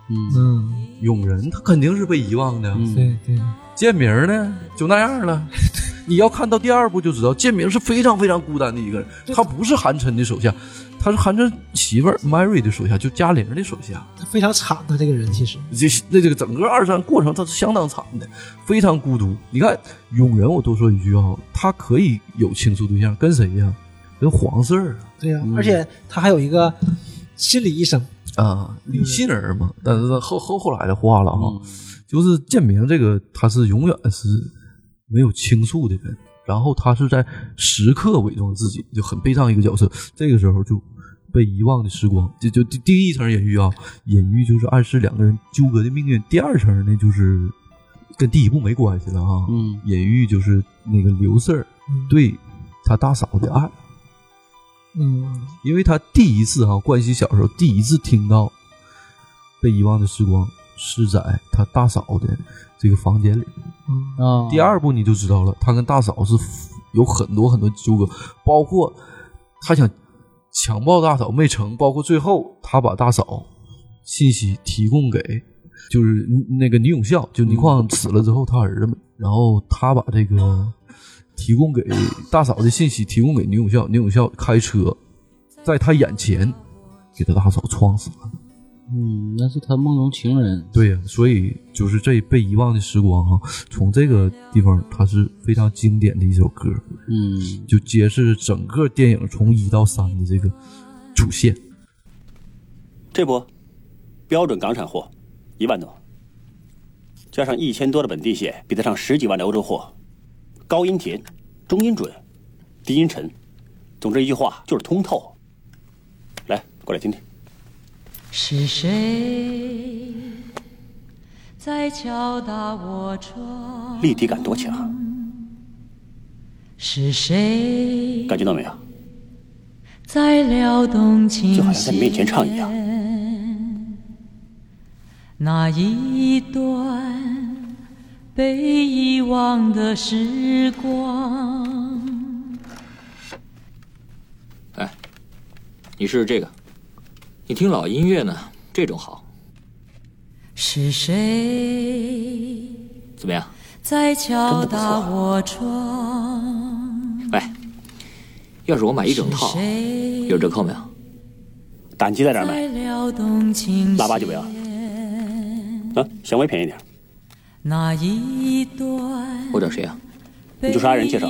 永仁他肯定是被遗忘的。 对对。 建明呢就那样了。你要看到第2部就知道，建明是非常非常孤单的一个人，他不是韩琛的手下，他是韩琛媳妇儿 Mary 的手下，就嘉玲的手下。 他非常惨的这个人，其实这个整个二战过程他是相当惨的，非常孤独。你看永仁，我多说一句啊，他可以有倾诉对象，跟谁呀？跟黄四儿。 对呀，而且他还有一个心理医生啊，李信儿嘛。但是后来的话了哈，就是建明这个他是永远是没有倾诉的人，然后他是在时刻伪装自己，就很悲伤一个角色。这个时候就被遗忘的时光，就第一层隐喻啊，隐喻就是暗示2个人纠葛的命运。第2层呢，就是跟第1部没关系了哈，隐喻就是那个刘四儿对他大嫂的爱。因为他第一次冠希小时候第一次听到被遗忘的时光是在他大嫂的这个房间里。第2部你就知道了，他跟大嫂是有很多很多纠葛，包括他想强暴大嫂没成，包括最后他把大嫂信息提供给就是那个倪永孝，就倪匡死了之后他儿子们，然后他把这个提供给大嫂的信息提供给倪永孝，倪永孝开车在他眼前给他大嫂撞死了。 那是他梦中情人。 对呀，所以就是这被遗忘的时光从这个地方它是非常经典的一首歌。就揭示整个电影从1到3的这个主线。 这不标准港产货1万多，加上1000多的本地线，比得上10几万的欧洲货。高音甜，中音准，低音沉，总之一句话就是通透。来，过来听听。 是谁在敲打我窗？ 立体感多强！ 是谁感觉到没有？ 在撩动琴弦， 就好像在你面前唱一样。 那一段被遗忘的时光。 哎，你试试这个。你听老音乐呢，这种好。 是谁怎么样？ 在敲打我窗？ 喂，要是我买一整套，有折扣没有？ 胆机在这儿买，喇叭就不要了。香味便宜点。 那一段我找谁啊？ 你就杀人介绍。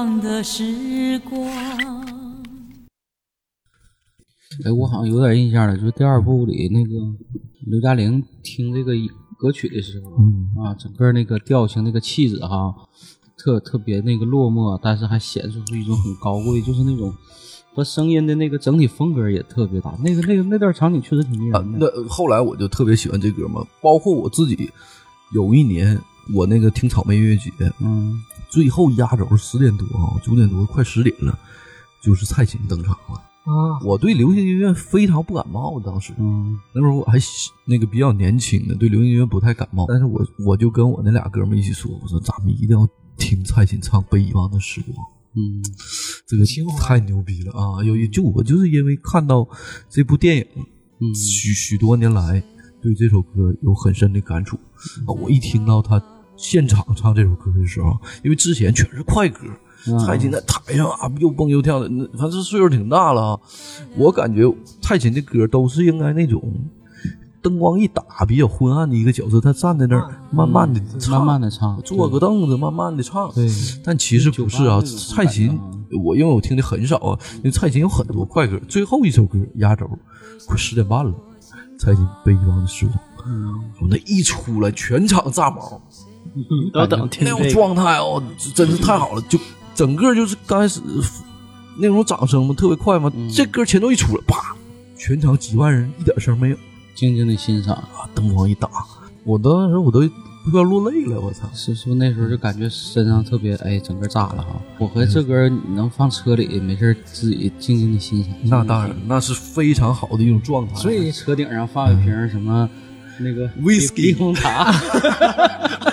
我好像有点印象了，就是第2部里那个刘嘉玲听这个歌曲的时候，整个那个调性那个气质特别那个落寞，但是还显示出一种很高贵，就是那种和声音的那个整体风格也特别大。那段场景确实挺迷人的。 那后来我就特别喜欢这歌嘛，包括我自己有一年我那个听草莓音乐节，最后压轴10点多9点多快10点了，就是蔡琴登场了。我对流行音乐非常不感冒，当时那时候我还那个比较年轻的，对流行音乐不太感冒，但是我就跟我那俩哥们一起说，我说咱们一定要听蔡琴唱《被遗忘的时光》。这个太牛逼了啊！我就是因为看到这部电影，许多年来对这首歌有很深的感触。我一听到他现场唱这首歌的时候，因为之前全是快歌。蔡琴在台上又蹦又跳的，反正岁数挺大了我感觉蔡琴的歌都是应该那种灯光一打比较昏暗的一个角色，他站在那儿慢慢的唱，坐个凳子慢慢的唱。 对， 但其实不是啊，蔡琴因为我听的很少因为蔡琴有很多快歌，最后一首歌压轴快10点半了，蔡琴被遗忘的时光。我那一出来全场炸毛， 都等听那种状态真是太好了，就整个就是刚开始那种掌声嘛，特别快嘛。这歌前奏一出来，啪，全场几万人一点声没有， 静静的欣赏灯光一打，我当时我都快要落泪了，我操！ 是那时候就感觉身上特别整个炸了我和这歌你能放车里没事自己静静的欣赏， 那当然，那是非常好的一种状态。 所以车顶上放一瓶什么那个威士忌冰红茶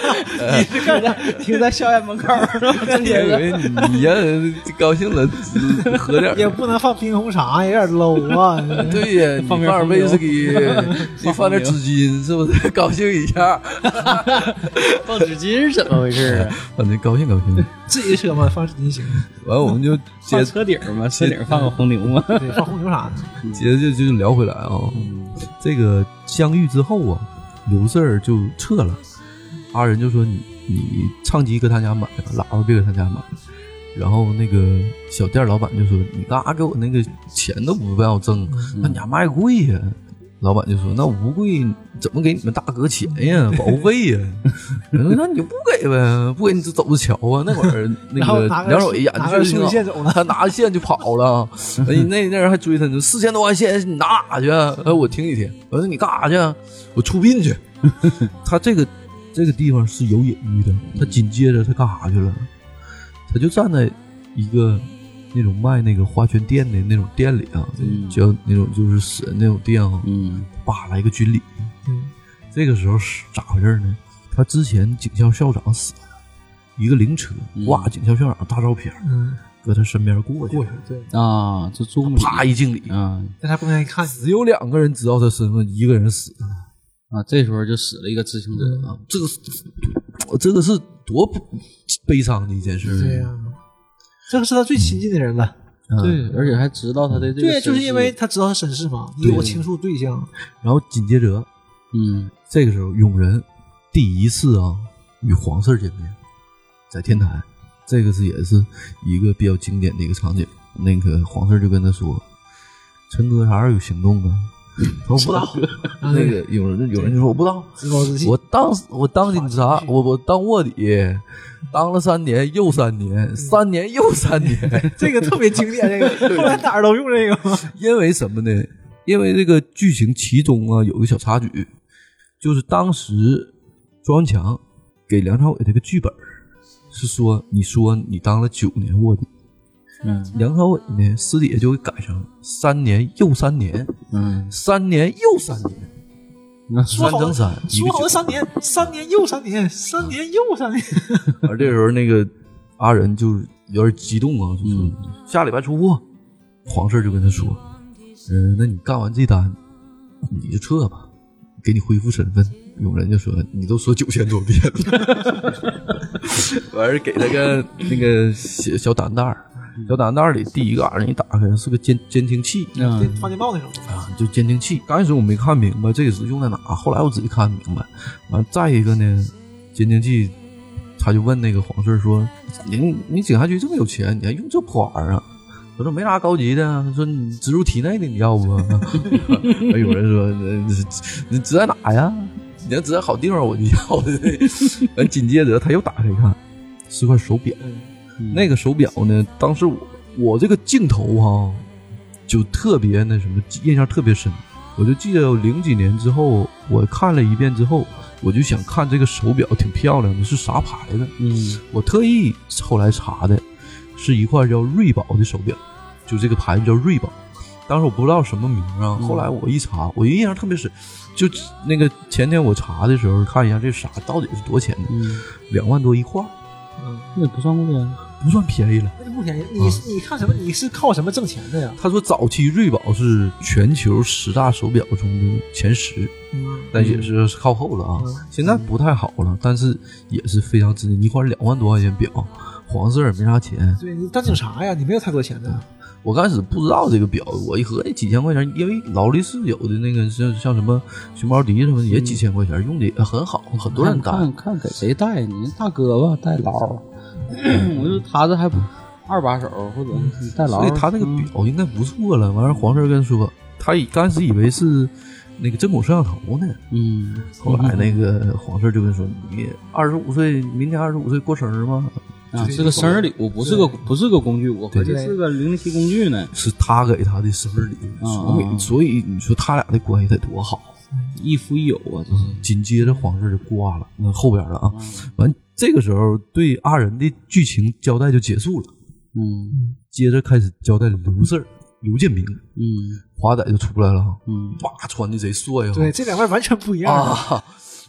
你是干啥？ 停在校园门口儿， 以为你让人高兴了喝点， 也不能放冰红茶，有点 low 啊。 对呀，你放点威士忌，你放点纸巾，是不是高兴一下？ 放纸巾是怎么回事啊？ 反正高兴高兴。 自己的车嘛，放纸巾行。 完了我们就放车顶嘛，车顶放个红牛嘛， 对，放红牛啥的。 接着就聊回来啊，这个相遇之后啊，刘四儿就撤了，阿仁就说你唱机搁他家买了，喇叭别搁他家买。然后那个小店老板就说你干啥给我那个钱都不让我挣，那你家卖贵呀。老板就说那我不贵怎么给你们大哥钱呀，保护费呀。那你就不给呗，不给你就走着瞧啊。那会儿那个梁守一眼就去了，他拿着线就跑了。那人还追他呢，4000多块钱你拿哪去啊？我听一听。我说你干啥去？我出殡去。他这个地方是有隐喻的，他紧接着他干啥去了？他就站在一个那种卖那个花圈店的那种店里啊，叫那种就是死人那种店啊，扒拉一个军礼。这个时候咋回事呢？他之前警校校长死了，一个灵车挂警校校长大照片，搁他身边过去， 对啊，这注目啪一敬礼啊， 但他不愿意看， 只有2个人知道他身份，一个人死了啊，这时候就死了一个知情者啊， 这个是多悲伤的一件事。 对呀，这个是他最亲近的人了。 对，而且还知道他的这个， 对，就是因为他知道他身世嘛，有我倾诉对象。 然后紧接着，这个时候永仁第一次啊与黄四见面，在天台，这个也是一个比较经典的一个场景。那个黄四就跟他说：“陈哥啥时候有行动啊？”他说不知道。那个有人就说我不知道，我当警察，我当卧底，当了3年又3年，3年又3年。 这个特别经典，这个后来哪儿都用这个。 因为什么呢？因为这个剧情其中啊有一个小插曲，就是当时庄文强给梁朝伟这个剧本是说，你说你当了9年卧底。梁朝伟呢私底下就给改成3年又3年，3年又3年，那3乘3， 说好的3年，3年又3年，3年又3年。 而这时候那个阿仁就有点激动啊，就说下礼拜出货。黄四就跟他说，那你干完这单你就撤吧，给你恢复身份。永仁就说你都说9000多遍了。完事给他个那个小胆袋儿。小胆袋里第一个人一打开是个监听器， 放电报那种啊，就监听器。刚开始我没看明白这个是用在哪，后来我自己看明白。完再一个呢，监听器，他就问那个黄四说：“你警察局这么有钱，你还用这破玩意儿啊？”我说没啥高级的，说你植入体内的你要不？有人说你植在哪呀？你要植在好地方我就要的。完紧接着他又打开一看，是块手表。那个手表呢，当时我这个镜头哈，就特别那什么，印象特别深。我就记得0几年之后，我看了一遍之后，我就想看这个手表挺漂亮的，是啥牌子？我特意后来查的，是一块叫瑞宝的手表，就这个牌子叫瑞宝。当时我不知道什么名啊，后来我一查，我印象特别深。就那个前天我查的时候，看一下这啥到底是多钱的，2万多一块。 那不算贵啊。 不算便宜了， 那不便宜。你看什么？你是靠什么挣钱的呀？ 他说早期瑞宝是全球10大手表中的前10，但也是靠后了啊。现在不太好了，但是也是非常值钱。一块2万多块钱表，黄四也没啥钱。 对，你当警察呀，你没有太多钱的。 我刚开始不知道这个表，我一合计几千块钱，因为劳力士有的那个像什么熊猫迪什么的也几千块钱，用的也很好，很多人戴。 看给谁戴？你大哥吧，戴劳。我说他这还2把手或者戴劳， 所以他那个表应该不错了。完了，黄四跟说，他刚开始以为是那个针孔摄像头呢。后来那个黄四就跟说，你25岁，明年25岁过生日吗？ 啊，是个生日礼物，不是个工具，我合计是个007工具呢。 是他给他的生日礼物，所以你说他俩的关系得多好， 一夫一友啊！这是。 紧接着黄四就挂了，那后边了啊。完这个时候对阿仁的剧情交代就结束了。接着开始交代刘建明。华仔就出来了。哇，穿的贼帅啊！ 对，这两位完全不一样啊。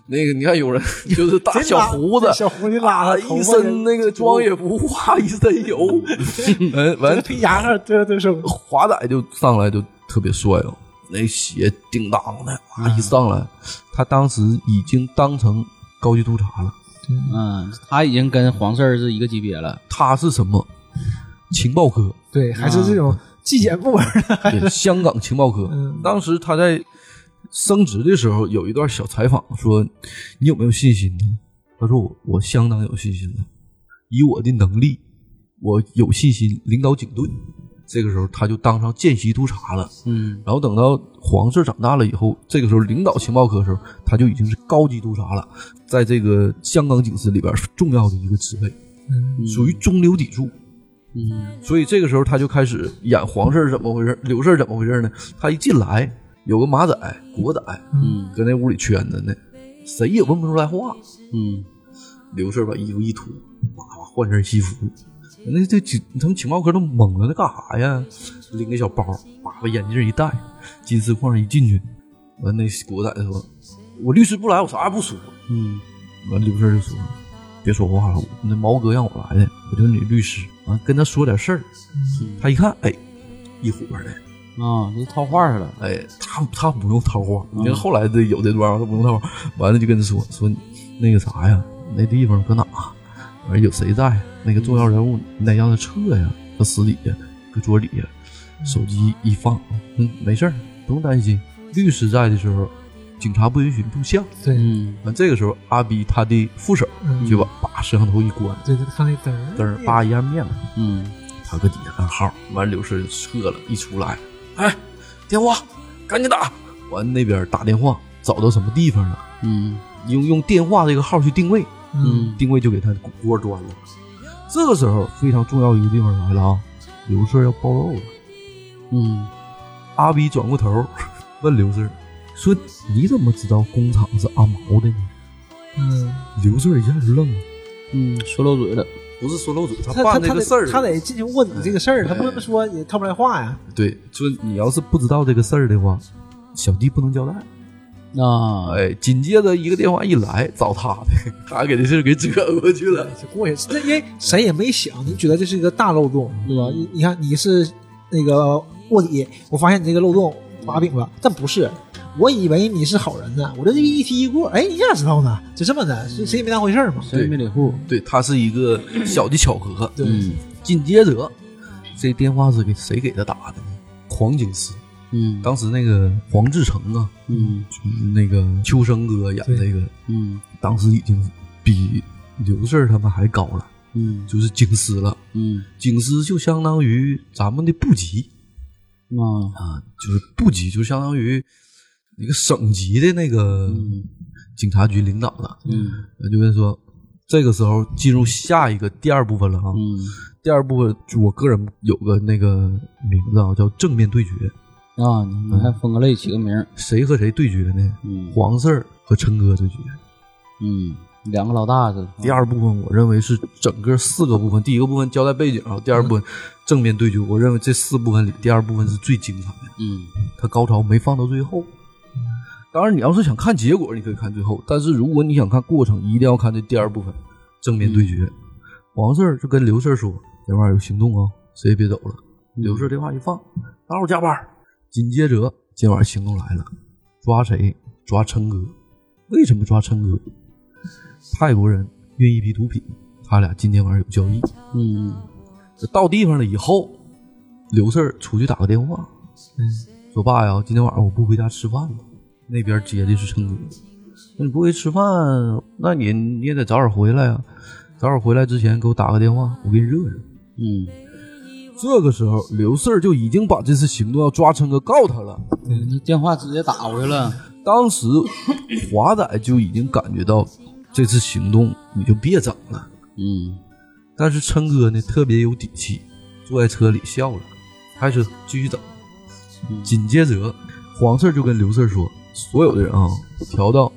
那个你看有人就是大小胡子， 小胡子拉的， 一身那个妆也不化，一身油，完皮夹克对是华仔就上来就特别帅哦，那鞋叮当的啊一上来，他当时已经当成高级督察了。 他已经跟黄四是一个级别了。 他是什么？情报科。 对，还是这种纪检部门的。 对，香港情报科。当时他在升职的时候有一段小采访，说你有没有信心呢？他说我相当有信心的，以我的能力，我有信心领导警队。这个时候他就当上见习督察了。然后等到黄四长大了以后，这个时候领导情报科的时候，他就已经是高级督察了，在这个香港警司里边是重要的一个职位，属于中流砥柱。所以这个时候他就开始演黄四怎么回事，刘四怎么回事呢？他一进来有个马仔国仔，搁那屋里圈着呢，谁也问不出来话。刘四把衣服一脱，换身西服，那这他们情报科都懵了，那干啥呀？拎个小包，把眼镜一戴，金丝框一进去，完那国仔说：“我律师不来，我啥也不说。”完刘四就说：“别说话了，那毛哥让我来的，我就是你律师。”完跟他说点事儿，他一看，哎，一伙的。 都套话去了。 哎，他不用套话，你看后来的有的庄他不用套话，完了就跟他说那个啥呀，那地方搁哪？完有谁在？那个重要人物你得让他撤呀，他死底下，搁桌底下，手机一放，没事儿，不用担心。律师在的时候，警察不允许录像。 对， 完这个时候阿逼他的副手就把摄像头一关， 对，看那灯叭一按灭了。他搁底下按号，完刘四就撤了，一出来。哎，电话，赶紧打！完那边打电话，找到什么地方了？用电话这个号去定位，定位就给他锅端了。这个时候非常重要一个地方来了啊，刘四要暴露了。阿逼转过头问刘四说：“你怎么知道工厂是阿毛的呢？”刘四一下就愣了， 说漏嘴了。 不是说漏嘴，他办这个事儿， 他得进去问你这个事儿，他不这么说也套不来话呀。 对，说你要是不知道这个事儿的话，小弟不能交代。哎，紧接着一个电话一来找他的，他给这事给扯过去了， 就过去。这因为谁也没想，你觉得这是一个大漏洞，对吧？你看你是那个卧底，我发现你这个漏洞把柄了，但不是。我以为你是好人呢，我这一提一过，哎，你咋知道呢？就这么的，谁也没当回事嘛， 谁也没理户。 对，他是一个小的巧合。紧接着，这电话是给谁给他打的呢？黄警司。当时那个黄志成啊，就是那个秋生哥演这个，当时已经比刘四他们还高了，就是警司了。警司就相当于咱们的部级，就是部级就相当于一个省级的那个警察局领导了。就是说这个时候进入下一个第二部分了啊。第二部分我个人有个那个名字啊，叫正面对决啊。你们还分个类起个名， 谁和谁对决呢？黄四和陈哥对决。 两个老大是。 第二部分我认为是整个4个部分，第一个部分交代背景啊，第二部分正面对决。我认为这4部分里第二部分是最精彩的。它高潮没放到最后。当然你要是想看结果你可以看最后，但是如果你想看过程一定要看这第二部分正面对决。黄四就跟刘四说这玩意儿有行动啊，谁也别走了。刘四电话一放，打扰加班。紧接着今晚行动来了，抓谁？抓陈哥。为什么抓陈哥？泰国人运一批毒品，他俩今天晚上有交易。到地方了以后，刘四出去打个电话，说爸呀，今天晚上我不回家吃饭了。那边接的是陈哥，那你不回去吃饭，那你也得早点回来呀。早点回来之前给我打个电话，我给你热热。这个时候刘四就已经把这次行动要抓陈哥告他了。 电话直接打回去了。 当时华仔就已经感觉到这次行动你就别整了。但是陈哥呢特别有底气，坐在车里笑了，开始继续整。紧接着黄四就跟刘四说，所有的人啊调到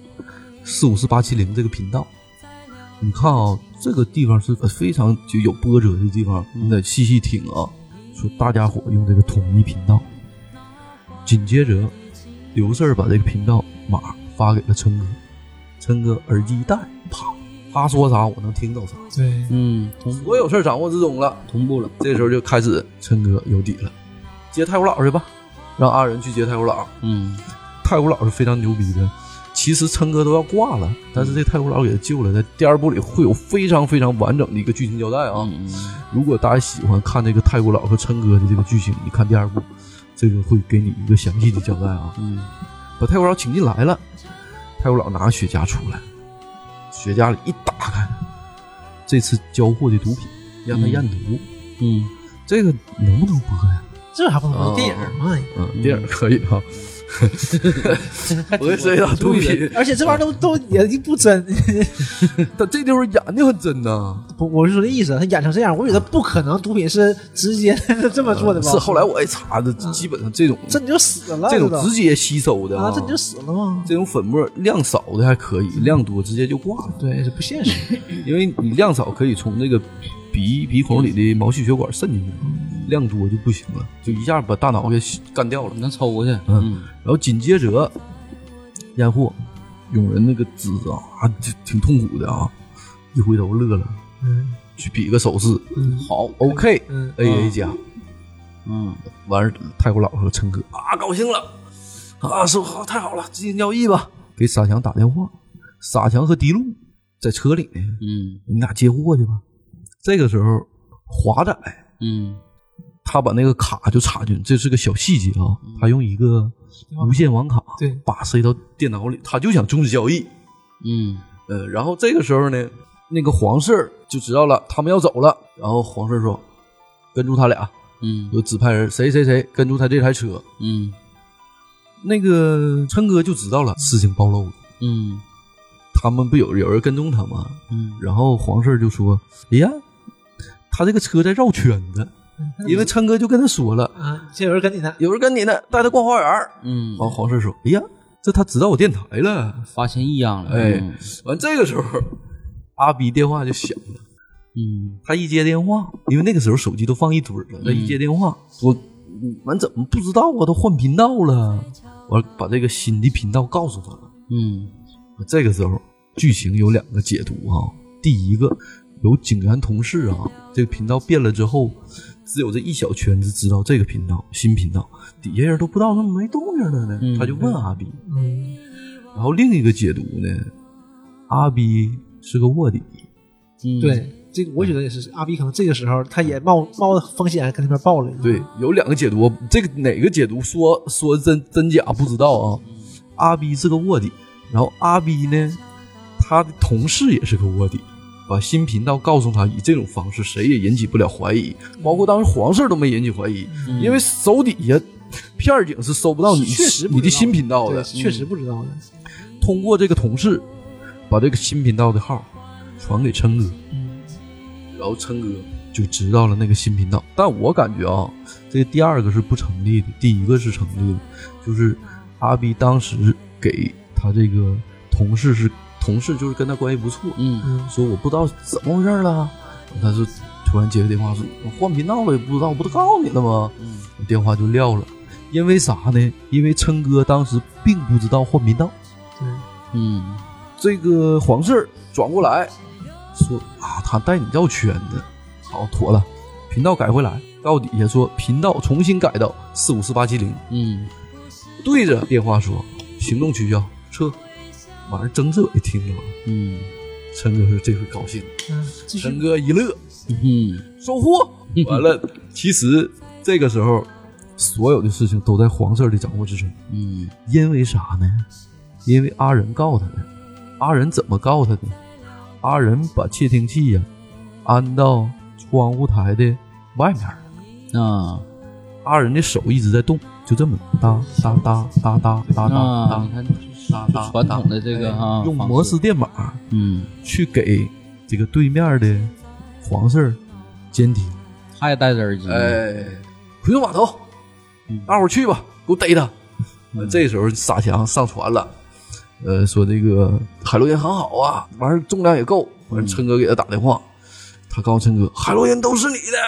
454-870这个频道，你看啊这个地方是非常就有波折的地方，你得细细听啊。说大家伙用这个统一频道。紧接着刘四把这个频道码发给了陈哥， 琛哥耳机一戴，啪，他说啥我能听到啥。 对， 所有事掌握之中了， 同步了。 这时候就开始琛哥有底了，接太古佬去吧，让阿仁去接太古佬。太古佬是非常牛逼的，其实琛哥都要挂了，但是这太古佬给他救了。在第2部里会有非常非常完整的一个剧情交代啊。如果大家喜欢看这个太古佬和琛哥的这个剧情，你看第2部，这个会给你一个详细的交代啊。把太古佬请进来了，太古佬拿雪茄出来，雪茄里一打开，这次交货的毒品让他验毒。这个能不能播呀？ 这还不能播？电影嘛。 电影可以啊。我给谁打毒品？ 而且这玩意儿都演的不真。 他这地方演的很真呐。 不，我是说这意思，他演成这样，我觉得不可能毒品是直接这么做的吧？ 是后来我也查的，基本上这种这你就死了， 这种直接吸收的这你就死了吗？ 这种粉末量少的还可以，量多直接就挂了。 对，这不现实。 因为你量少可以从那个鼻孔里的毛细血管渗进去，量多就不行了，就一下把大脑给干掉了， 能抽过去。 然后紧接着验货，佣人那个姿啊，就挺痛苦的啊，一回头乐了，去比个手势，好 ，OK，AA 加，完事太古佬和琛哥啊高兴了啊，说好太好了，资金交易吧，给傻强打电话，傻强和迪路在车里呢，你俩接货去吧。这个时候华仔，他把那个卡就插进，这是个小细节啊，他用一个无线网卡把塞到电脑里，他就想终止交易。然后这个时候呢，那个黄四就知道了他们要走了，然后黄四说跟住他俩，就指派人谁谁谁跟住他这台车。那个琛哥就知道了事情暴露了。他们不有人跟踪他吗？然后黄四就说哎呀，他这个车在绕圈子，因为琛哥就跟他说了这有人跟你呢， 有人跟你呢，带他逛花园。完黄四说哎呀，这他知道我电台了， 发现异样了。 完这个时候阿逼电话就响了。他一接电话，因为那个时候手机都放一堆了，他一接电话说完怎么不知道啊，都换频道了，我把这个新的频道告诉他了。这个时候剧情有2个解读啊。第一个，有警员同事啊，这个频道变了之后，只有这一小圈子知道这个频道新频道，底下人都不知道怎么没动静了呢。他就问阿逼。然后另一个解读呢，阿逼是个卧底。 对，这个我觉得也是，阿逼可能这个时候他也冒风险跟那边报了。 对，有2个解读，这个哪个解读说真假不知道啊。阿逼是个卧底，然后阿逼呢，他的同事也是个卧底，把新频道告诉他，以这种方式谁也引起不了怀疑，包括当时黄四都没引起怀疑，因为手底下片警是搜不到你的新频道的， 确实不知道的。 通过这个同事把这个新频道的号传给琛哥，然后琛哥就知道了那个新频道。但我感觉啊，这个第2个是不成立的，第1个是成立的，就是阿逼当时给他这个同事就是跟他关系不错，说我不知道怎么回事了，他是突然接个电话说我换频道了，也不知道，我不是告诉你了吗？电话就撂了。因为啥呢？因为琛哥当时并不知道换频道。这个黄四转过来说啊，他带你绕圈子，好妥了，频道改回来，到底下说频道重新改到454-870。对着电话说行动取消，撤。完了，曾志伟听了，琛哥说这回高兴，琛哥一乐，收获。完了，其实这个时候所有的事情都在黄四的掌握之中。因为啥呢？因为阿仁告他的。阿仁怎么告他的？阿仁把窃听器安到窗户台的外面啊。阿仁的手一直在动，就这么哒哒哒哒哒哒哒， 你看传统的这个用摩斯电码去给这个对面的黄四监听。 他也戴着耳机。 回头码头，大伙儿去吧，给我逮他。这时候傻强上船了，说这个海洛因很好啊，完事重量也够。完琛哥给他打电话，他告诉琛哥海洛因都是你的，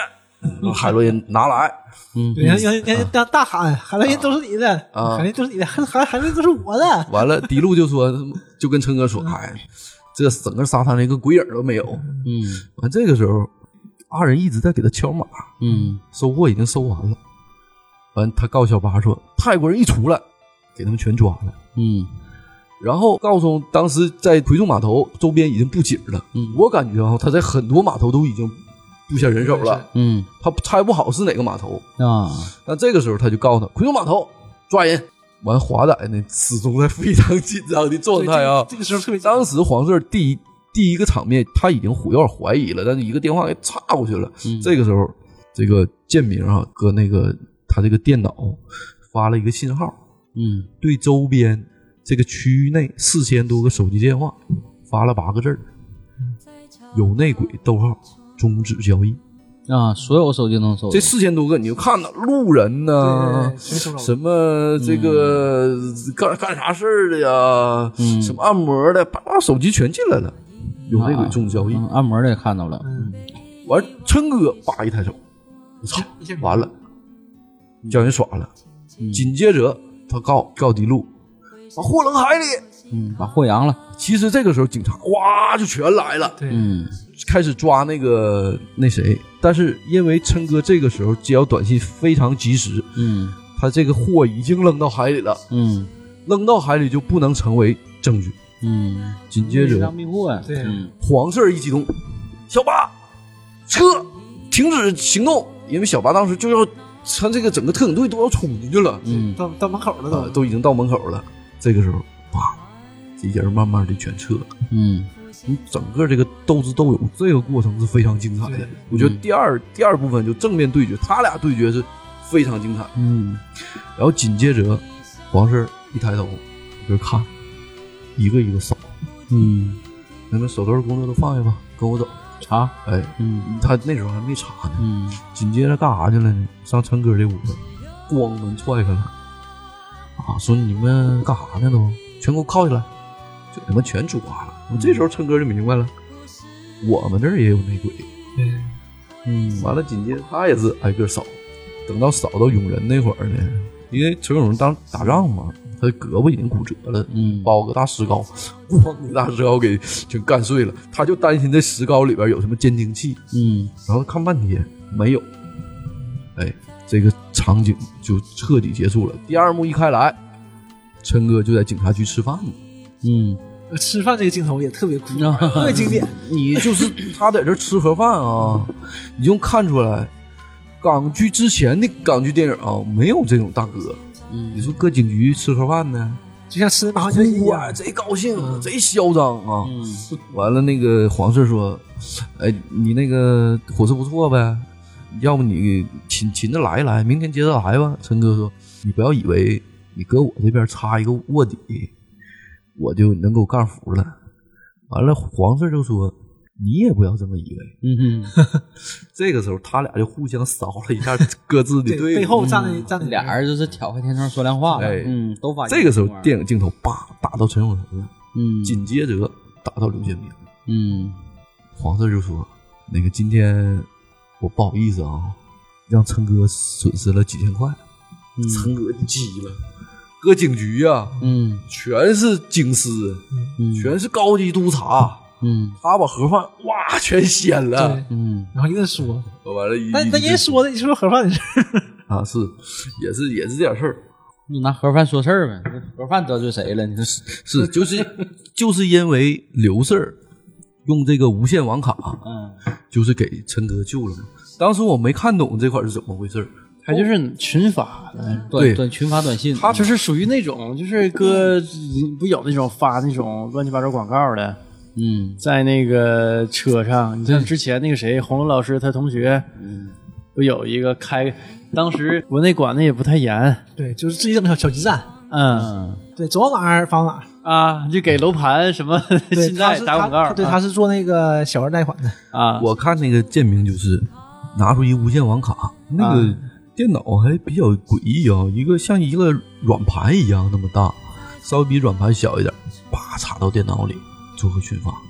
海洛因拿来， 人家大喊海洛因都是你的，海洛因都是你的，海洛因都是我的。 完了，迪路就说，就跟琛哥说，哎，这整个沙滩连个鬼影都没有。完这个时候，二人一直在给他敲码，收获已经收完了。完，他告诉小八说，泰国人一出来，给他们全抓了。然后告诉当时在奎仲码头周边已经布景了。我感觉他在很多码头都已经布下人手了。他猜不好是哪个码头啊。那这个时候他就告诉他，奎仲码头抓人。完，华仔呢始终在非常紧张的状态啊。 这个时候特别， 当时黄四第一个场面他已经有点怀疑了，但是一个电话给插过去了。这个时候，这个建明啊搁那个他这个电脑发了一个信号，对周边这个区域内4000多个手机电话发了8个字，有内鬼，逗号，终止交易。 所有手机能收。 这4000多个你就看到路人呐，什么这个干啥事儿的呀，什么按摩的，把手机全进来了，有内鬼终止交易。 按摩的也看到了。 完，琛哥叭一抬手，我操，完了，叫人耍了。紧接着他告迪路，把货扔海里， 把货扬了。 其实这个时候警察哇就全来了，开始抓那谁，但是因为琛哥这个时候接到短信非常及时，他这个货已经扔到海里了，扔到海里就不能成为证据，紧接着黄四一激动，小八车停止行动，因为小八当时就要他这个整个特警队都要冲进去了， 到门口了都已经到门口了。这个时候这人慢慢的全撤了。整个这个斗智斗勇这个过程是非常精彩的。我觉得第二部分就正面对决，他俩对决是非常精彩。然后紧接着黄四一抬头就看一个一个扫，你们手头的工作都放下吧，跟我走查。他那时候还没查呢。紧接着干啥去了呢？上琛哥这屋子，咣门踹开了，说你们干啥呢？都全给我铐下来，就你们全抓了。这时候琛哥就明白了，我们这儿也有内鬼。完了，紧接着他也是挨个扫，等到扫到永仁那会儿呢，因为陈永仁当打仗嘛，他胳膊已经骨折了，包个大石膏，咣，大石膏给全干碎了。他就担心这石膏里边有什么监听器，然后看半天没有，这个场景就彻底结束了。第二幕一开来，琛哥就在警察局吃饭呢。 吃饭这个镜头也特别酷，特别经典。 你就是他在这吃盒饭啊，你就看出来，港剧之前的港剧电影啊，没有这种大哥。你说搁警局吃盒饭呢， 就像吃麻将一样， 贼高兴，贼嚣张啊。完了，那个黄四说：“你那个伙食不错呗，要不你勤着来一来，明天接着来吧。”琛哥说：“你不要以为你搁我这边插一个卧底，我就能够干服了。”完了，黄四就说：“你也不要这么以为。”这个时候他俩就互相扫了一下各自的队伍， 背后站的俩人就是挑开天窗说亮话了。都发现这个时候电影镜头打到陈永仁了，紧接着打到刘建明。黄四就说：“那个今天我不好意思啊，让琛哥损失了几千块。”琛哥急了。搁警局啊，全是警司，全是高级督察，他把盒饭哇全掀了， 然后一个说， 完了， 但人说的，你说盒饭的事啊，是也是这点事儿， 你拿盒饭说事儿呗，盒饭得罪谁了？你说是就是因为刘四用这个无线网卡，就是给琛哥救了嘛。当时我没看懂这块是怎么回事。 他就是群发的， 对群发短信， 他就是属于那种，就是哥不有那种发那种乱七八糟广告的，在那个车上，你像之前那个谁，洪龙老师他同学，不有一个当时国内管的也不太严， 对，就是自己整个小基站，对，走到哪儿发到哪儿啊，就给楼盘什么现在打广告， 对，他是做那个小额贷款的啊。 我看那个建明就是拿出一无线网卡，那个。电脑还比较诡异啊，像一个软盘一样那么大，稍微比软盘小一点，啪插到电脑里做个群发。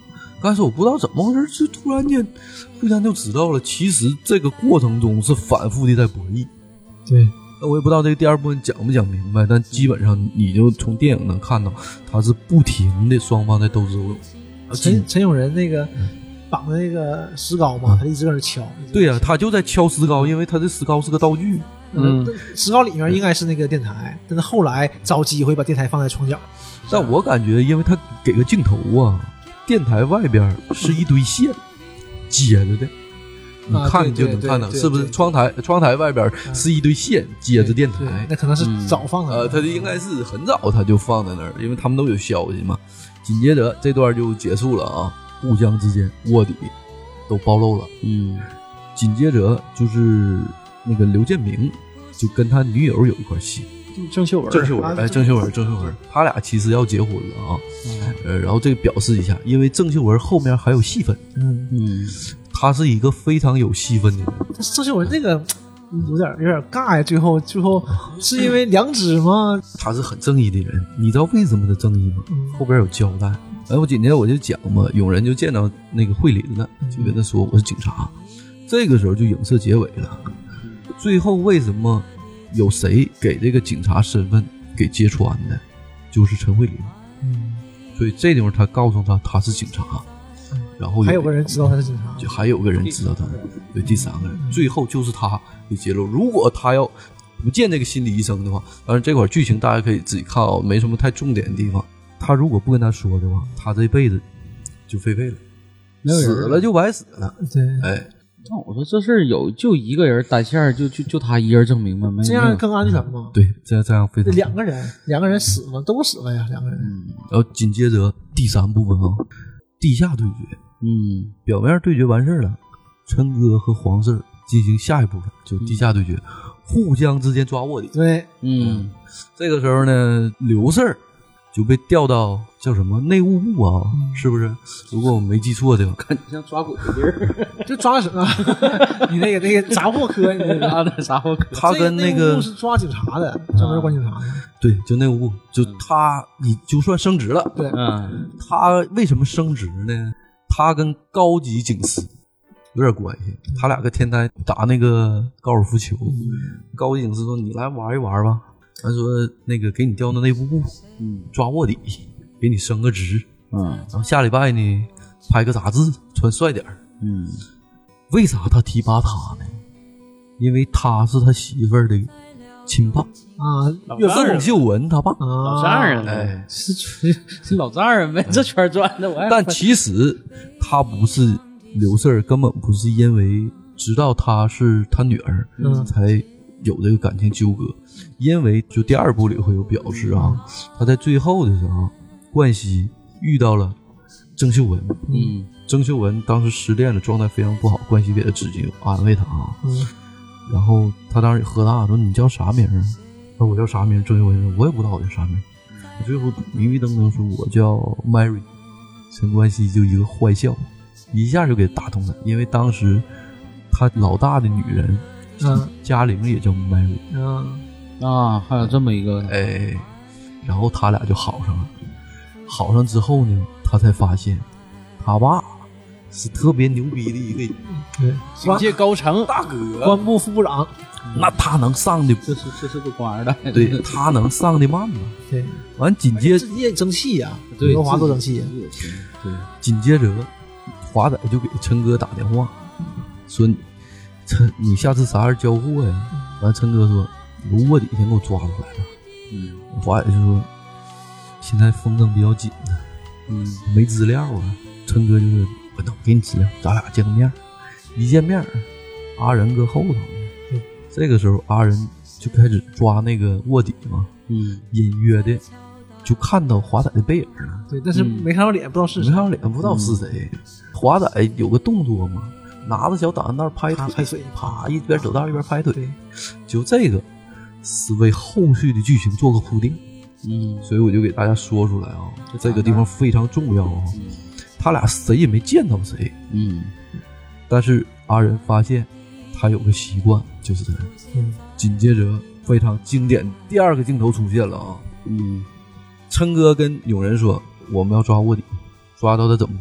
但是我不知道怎么回事，就突然间互相就知道了。其实这个过程中是反复的在博弈。 对， 那我也不知道这个第二部分讲不讲明白，但基本上你就从电影能看到，他是不停的双方在斗智斗勇。 陈永仁那个绑的那个石膏嘛，他一直搁那敲。 对呀，他就在敲石膏，因为他这石膏是个道具。 石膏里面应该是那个电台，但是后来找机会把电台放在床角。 但我感觉，因为他给个镜头啊，电台外边是一堆线接着的，你看你就能看到，是不是？窗台外边是一堆线接着电台， 那可能是早放的。 他应该是很早他就放在那儿，因为他们都有消息嘛。紧接着这段就结束了啊，互相之间卧底都暴露了。紧接着就是那个刘建明就跟他女友有一块戏。 郑秀文， 他俩其实要结婚了啊。然后这个表示一下，因为郑秀文后面还有戏份。他是一个非常有戏份的人。 郑秀文这个有点尬呀，最后是因为良知吗？ 他是很正义的人，你知道为什么他正义吗？后边有交代。我紧接着我就讲嘛，永仁就见到那个慧琳了，就跟他说我是警察。这个时候就影射结尾了。最后为什么有谁给这个警察身份给揭穿的，就是陈慧琳。所以这地方他告诉他是警察，然后还有个人知道他是警察， 就还有个人知道他，对，第三个人，最后就是他给揭露。如果他要不见这个心理医生的话，当然这块剧情大家可以自己看啊，没什么太重点的地方。他如果不跟他说的话，他这辈子就废了，死了就白死了。 对， 那我说这事儿就一个人单线，就他一人证明吗？ 这样更安全吗？ 对，这样非常。 两个人死了，都死了呀，两个人。 然后紧接着第三部分啊，地下对决。表面对决完事了，陈哥和黄四进行下一部分，就地下对决，互相之间抓卧底。 对， 这个时候呢，刘四就被调到叫什么内务部啊，是不是？如果我没记错的话， 看你像抓鬼的地儿， 就抓什么？你那个杂货科，你那个杂货科， 他跟那个是抓警察的，专门管警察的。 对，就内务部，就他，你就算升职了。 对， 他为什么升职呢？他跟高级警司有点关系，他俩搁天台打那个高尔夫球，高级警司说：“你来玩一玩吧。”他说：“那个给你调到内部部，抓卧底，给你升个职，然后下礼拜呢拍个杂志，穿帅点。”为啥他提拔他呢？因为他是他媳妇儿的亲爸啊， 郑秀文他爸， 老丈人， 哎， 是老丈人呗，这圈转的。 但其实他不是刘四儿，根本不是因为知道他是他女儿，才有这个感情纠葛。因为就第二部里会有表示啊，他在最后的时候，冠希遇到了郑秀文，郑秀文当时失恋了，状态非常不好，冠希给他纸巾安慰他啊，然后他当时也喝大，说你叫啥名？说我叫啥名？郑秀文说我也不知道我叫啥名。最后迷迷瞪瞪说我叫 Mary， 陈冠希就一个坏笑，一下就给打动了，因为当时他老大的女人嘉玲也叫 Mary， 还有这么一个， 哎，然后他俩就好上了。好上之后呢，他才发现他爸是特别牛逼的一个警界高层大哥， 官部副部长。 那他能上的， 这是个官二代， 对，他能上的慢吗？ 对， 完紧接着也争气呀， 对， 刘华多争气呀， 对，紧接着华仔就给陈哥打电话，说你下次啥时候交货呀？完陈哥说有卧底先给我抓出来了。华仔就说现在风声比较紧呢，没资料啊。陈哥就说我给你资料，咱俩见个面。一见面，阿仁搁后头。这个时候阿仁就开始抓那个卧底嘛，隐约的就看到华仔的背影了。 对，但是没看到脸，不知道是谁。 没看到脸，不知道是谁。华仔有个动作嘛，拿着小档案袋拍腿，啪一边走道一边拍腿。就这个是为后续的剧情做个铺垫。所以我就给大家说出来啊，这个地方非常重要啊。他俩谁也没见到谁。但是阿仁发现他有个习惯，就是这样。紧接着非常经典第二个镜头出现了啊。陈哥跟永仁说我们要抓卧底，抓到他怎么办？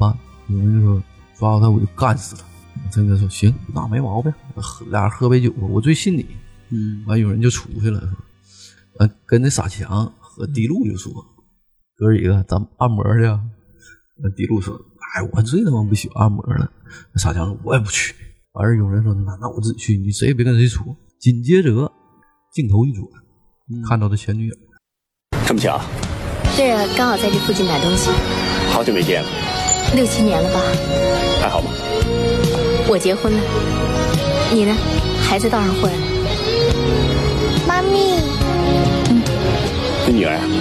有人就说抓到他我就干死他。陈哥说行，那没毛病，俩人喝杯酒吧，我最信你。完有人就出去了，跟那傻强和迪路就说哥几个咱们按摩去啊。迪路说哎，我最他妈不喜欢按摩了。傻强说我也不去。完事有人说那我自己去，你谁也别跟谁说。紧接着镜头一转，看到他前女友。 这么巧？ 对啊，刚好在这附近买东西。 好久没见了 ，6、7年了吧？ 还好吗？ 我结婚了，你呢？还在道上混？ 妈咪， 你女儿啊？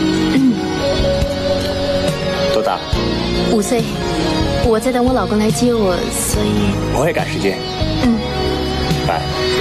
多大 ？5岁。我在等我老公来接我，所以我也赶时间。拜。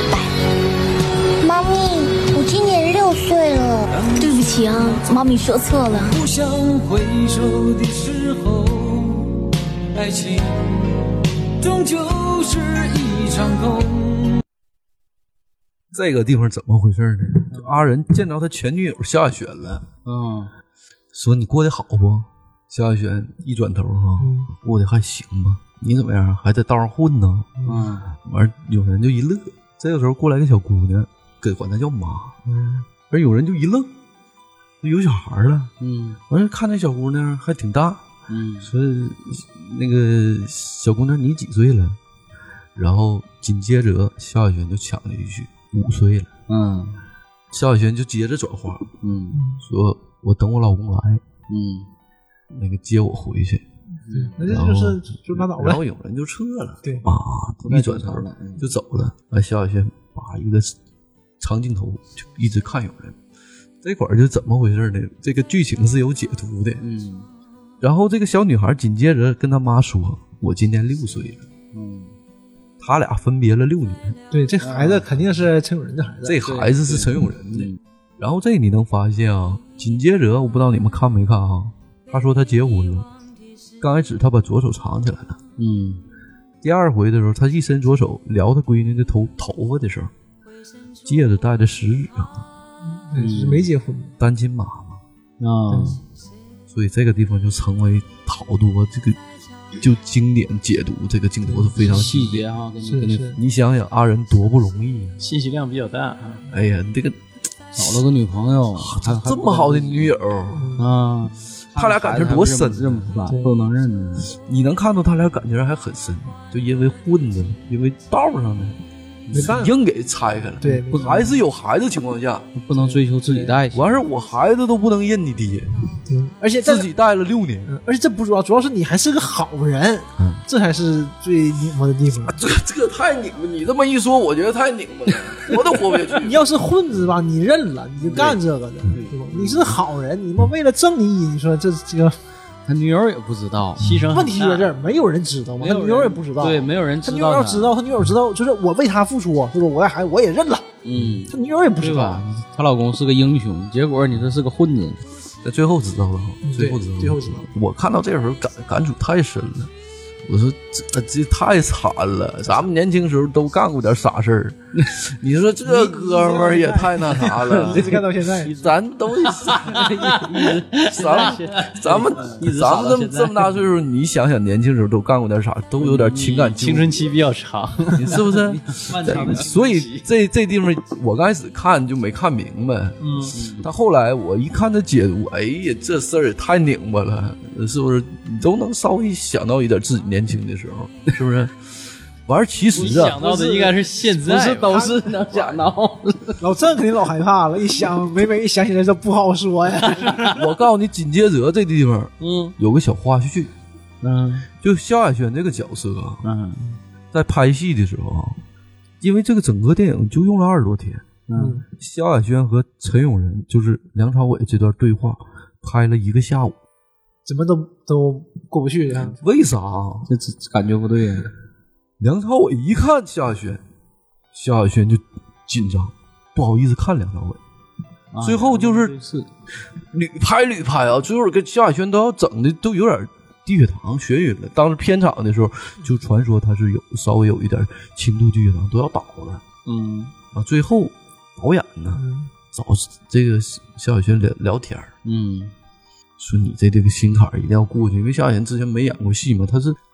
妈咪，我今年6岁了。 对不起啊，妈咪说错了。 不想回首的时候，爱情终究是一场空。 这个地方怎么回事呢？阿仁见着他前女友萧亚轩了，说你过得好不？萧亚轩一转头过得还行吧？你怎么样？还在道上混呢？完有人就一乐。这个时候过来个小姑娘，管她叫妈。而有人就一愣，有小孩了。完看那小姑娘还挺大。说那个小姑娘你几岁了？然后紧接着萧亚轩就抢了一句5岁了。萧亚轩就接着转话，说我等我老公来，那个接我回去。 那就拉倒了。 然后有人就撤了。 对一转头就走了。萧亚轩把一个长镜头就一直看有人。这块儿就怎么回事呢？这个剧情是有解读的。然后这个小女孩紧接着跟她妈说我今年6岁了。他俩分别了6年。 对，这孩子肯定是陈永仁的孩子。 这孩子是陈永仁的。然后这你能发现啊，紧接着我不知道你们看没看啊，他说他结婚了。刚开始他把左手藏起来了。第二回的时候，他一伸左手撩他闺女的头发的时候，戒指戴在食指上。 没结婚， 单亲妈妈。所以这个地方就成为好多这个就经典解读，这个镜头是非常细节啊。 你想想阿仁多不容易， 信息量比较大。 哎呀，这个找了个女朋友， 这么好的女友他俩感情多深， 认不出来，不能认。 你能看到他俩感情还很深，就因为混子，因为道上的硬给拆开了。 对， 还是有孩子情况下不能追求自己带。 完事我孩子都不能认你爹， 而且自己带了6年。 而且这不主要是你还是个好人，这才是最拧巴的地方。 这太拧巴，你这么一说，我觉得太拧巴了，我都活不下去。 你要是混子吧，你认了，你就干这个的，对吧？你是好人，你们为了正义，你说这个。 他女友也不知道， 牺牲。 问题就在这儿，没有人知道吗？他女友也不知道。 对，没有人知道。 他女友要知道，他女友知道，就是我为他付出，对吧？我爱孩子，我也认了。他女友也不知道。 她老公是个英雄，结果你这是个混子。 最后知道了，最后知道了。我看到这时候感触太深了。我说这太惨了，咱们年轻时候都干过点傻事儿。你说这哥们儿也太那啥了， 一直干到现在。 咱都咱们这么大岁数，你想想年轻时候都干过点啥，都有点情感， 青春期比较长， 你是不是？所以这地方我刚开始看就没看明白。但后来我一看他解读，哎呀，这事儿也太拧巴了，是不是？你都能稍微想到一点自己年轻的时候，是不是？完其实你想到的应该是现在， 不是都是能想到。 老郑肯定老害怕了，每一想起来这不好说呀。 我告诉你，紧接着这地方，有个小花絮，就萧亚轩这个角色啊，在拍戏的时候，因为这个整个电影就用了20多天，萧亚轩和陈永仁就是梁朝伟这段对话拍了1个下午， 怎么都过不去呀？ 为啥？ 这感觉不对。 梁朝伟一看萧亚轩就紧张，不好意思看梁朝伟。最后就是屡拍啊，最后跟萧亚轩都要整的都有点低血糖眩晕了。当时片场的时候就传说他是稍微有一点轻度低血糖，都要倒了。最后导演呢找这个萧亚轩聊天，说你这个心坎一定要过去，因为萧亚轩之前没演过戏嘛，他是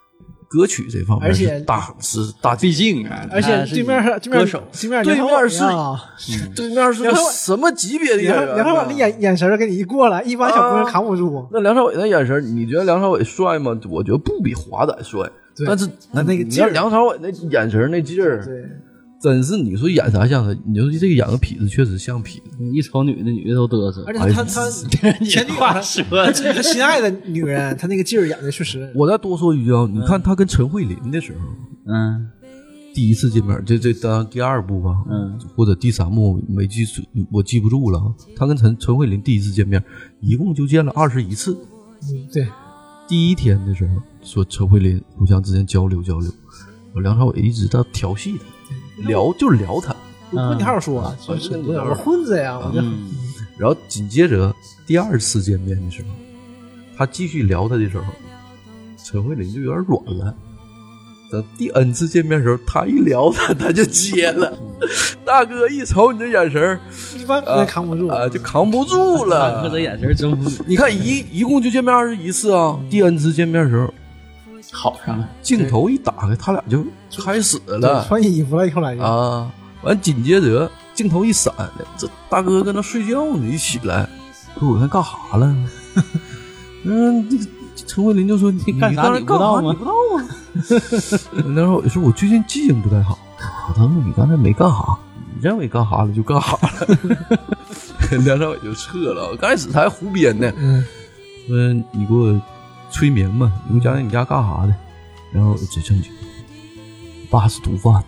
歌曲这方面， 而且是大， 毕竟啊， 而且对面歌手， 对面是个什么级别的演员？ 梁朝伟那眼神给你一过来，一般小姑娘扛不住。 那梁朝伟那眼神，你觉得梁朝伟帅吗？我觉得不比华仔帅，但是那个劲儿， 梁朝伟那眼神那劲儿， 对。 真是你说演啥像啥，你说这个演个痞子确实像痞子， 你一瞅女的都嘚瑟。 而且他前女友他心爱的女人，他那个劲儿演的确实。 我再多说一句啊，你看他跟陈慧琳的时候，第一次见面，这当第二部吧，或者第三部没记住，我记不住了。他跟陈慧琳第一次见面，一共就见了21次。 对， 第一天的时候说陈慧琳互相之间交流，梁朝伟一直在调戏他。聊他， 不跟你好好说，就是我混子呀，我就。 然后紧接着第二次见面的时候，他继续聊他的时候，陈慧琳就有点软了。等第 N 次见面的时候，他一聊他就接了。大哥一瞅你这眼神， 一般扛不住就扛不住了。 大哥这眼神真不， 你看一共就见面21次啊，第 N 次见面的时候。 好上了， 镜头一打开，他俩就开始了， 穿衣服了，后来啊，完紧接着镜头一闪，这大哥跟那睡觉呢，一起来，说我看干啥了？这个陈慧琳就说你干啥？你不知道吗？ 你不知道吗？然后我说我最近记性不太好，他说你刚才没干啥，你认为干啥了就干啥了。梁朝伟就撤了，刚开始他还胡编呢，说你给我。催眠嘛，你给我讲讲你家干啥的？然后最正经，爸是毒贩，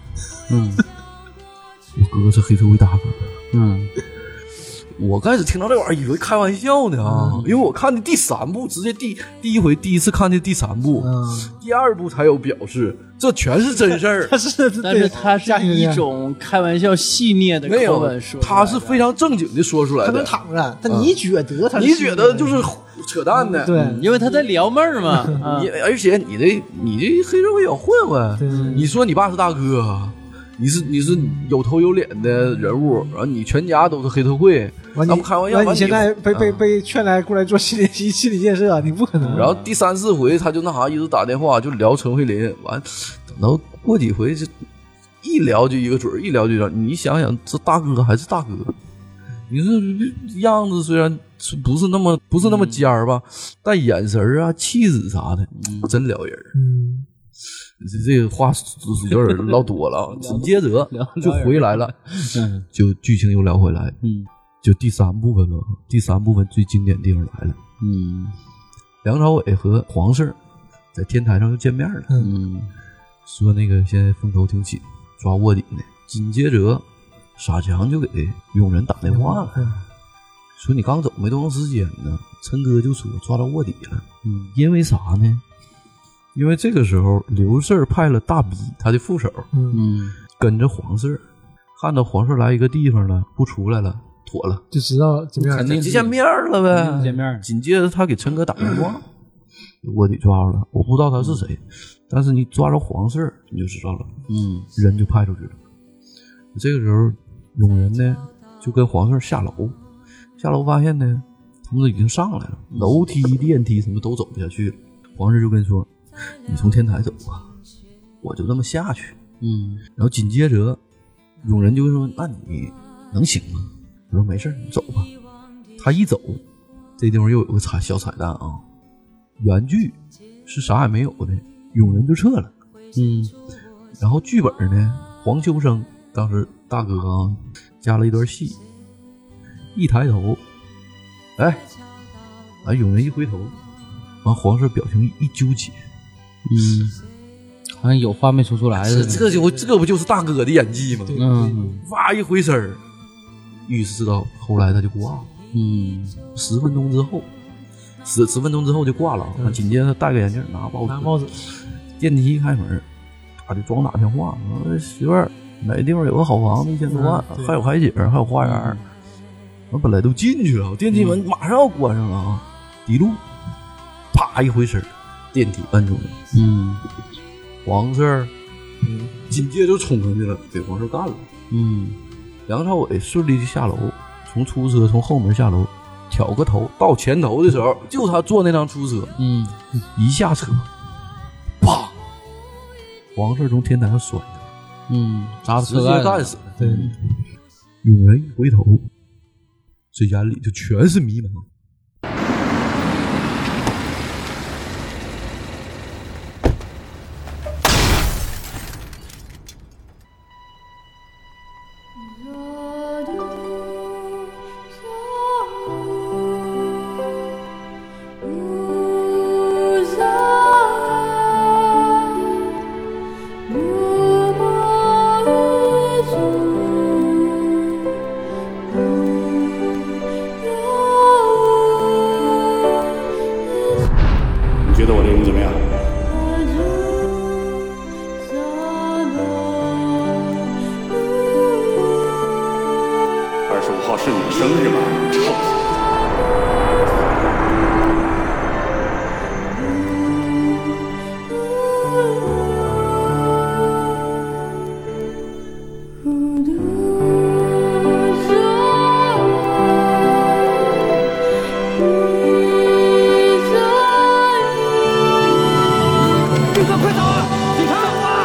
我哥是黑社会大哥，我开始听到这玩意儿以为开玩笑呢因为我看的第3部，直接第一次看的第3部，第2部才有表示，这全是真事儿。 但是他是一种开玩笑戏谑的口吻说， 他是非常正经的说出来的。 他能躺着，但你觉得他， 你觉得就是扯淡的， 对， 因为他在撩妹儿嘛。 而且你这黑社会小混混，你说你爸是大哥。你是有头有脸的人物，然后你全家都是黑社会，咱们开玩笑。 你现在被劝来过来做心理建设，你不可能。 然后第3、4回他就那啥，一直打电话就聊陈慧琳，完等到过几回就一聊就一个准，一聊就一个。你想想，这大哥还是大哥，你说样子虽然不是那么尖儿吧，但眼神啊、气质啥的，真撩人。这个话有点唠多了，紧接着就回来了，就剧情又聊回来，就第3部分了。第3部分最经典的地方来了，梁朝伟和黄四在天台上又见面了，说那个现在风头挺起，抓卧底呢。紧接着傻强就给佣人打电话了，说你刚走没多长时间呢，陈哥就说抓到卧底了，因为啥呢？因为这个时候刘四派了大逼他的副手跟着黄四，看到黄四来一个地方了不出来了，妥了， 就知道见面， 肯定见面了呗。 见面。 紧接着他给陈哥打电话，卧底抓着了，我不知道他是谁，但是你抓着黄四你就知道了，人就派出去了。这个时候佣人呢就跟黄四下楼发现呢他们都已经上来了，楼梯电梯什么都走不下去了。黄四就跟说你从天台走吧，我就这么下去。然后紧接着佣人就会说那你能行吗？我说没事你走吧。他一走，这地方又有个小彩蛋啊，原剧是啥也没有的，佣人就撤了。然后剧本呢，黄秋生当时大哥啊加了一段戏，一抬头，佣人一回头，完黄色表情一纠结， 好像有话没说出来的。 这不就是大哥的演技吗？哇一回身，预示到后来他就挂了。10分钟之后，10分钟之后就挂了。紧接着他戴个眼镜，拿帽子，电梯一开门，他就装打电话，说媳妇儿哪个地方有个好房子，1000多万，还有海景，还有花园。我本来都进去了，电梯门马上要关上了啊！一路，啪一回身，电梯摁住了。黄四紧接着就冲上去了，给黄四干了。梁朝伟顺利就下楼，从出租车从后门下楼，挑个头到前头的时候，就他坐那辆出租车，一下车，啪黄四从天台上摔的， 砸直接干死的。 对， 永仁一回头，这眼里就全是迷茫。 觉得我这人怎么样？25号是你的生日吗？臭小子！ 快走啊！警察来了！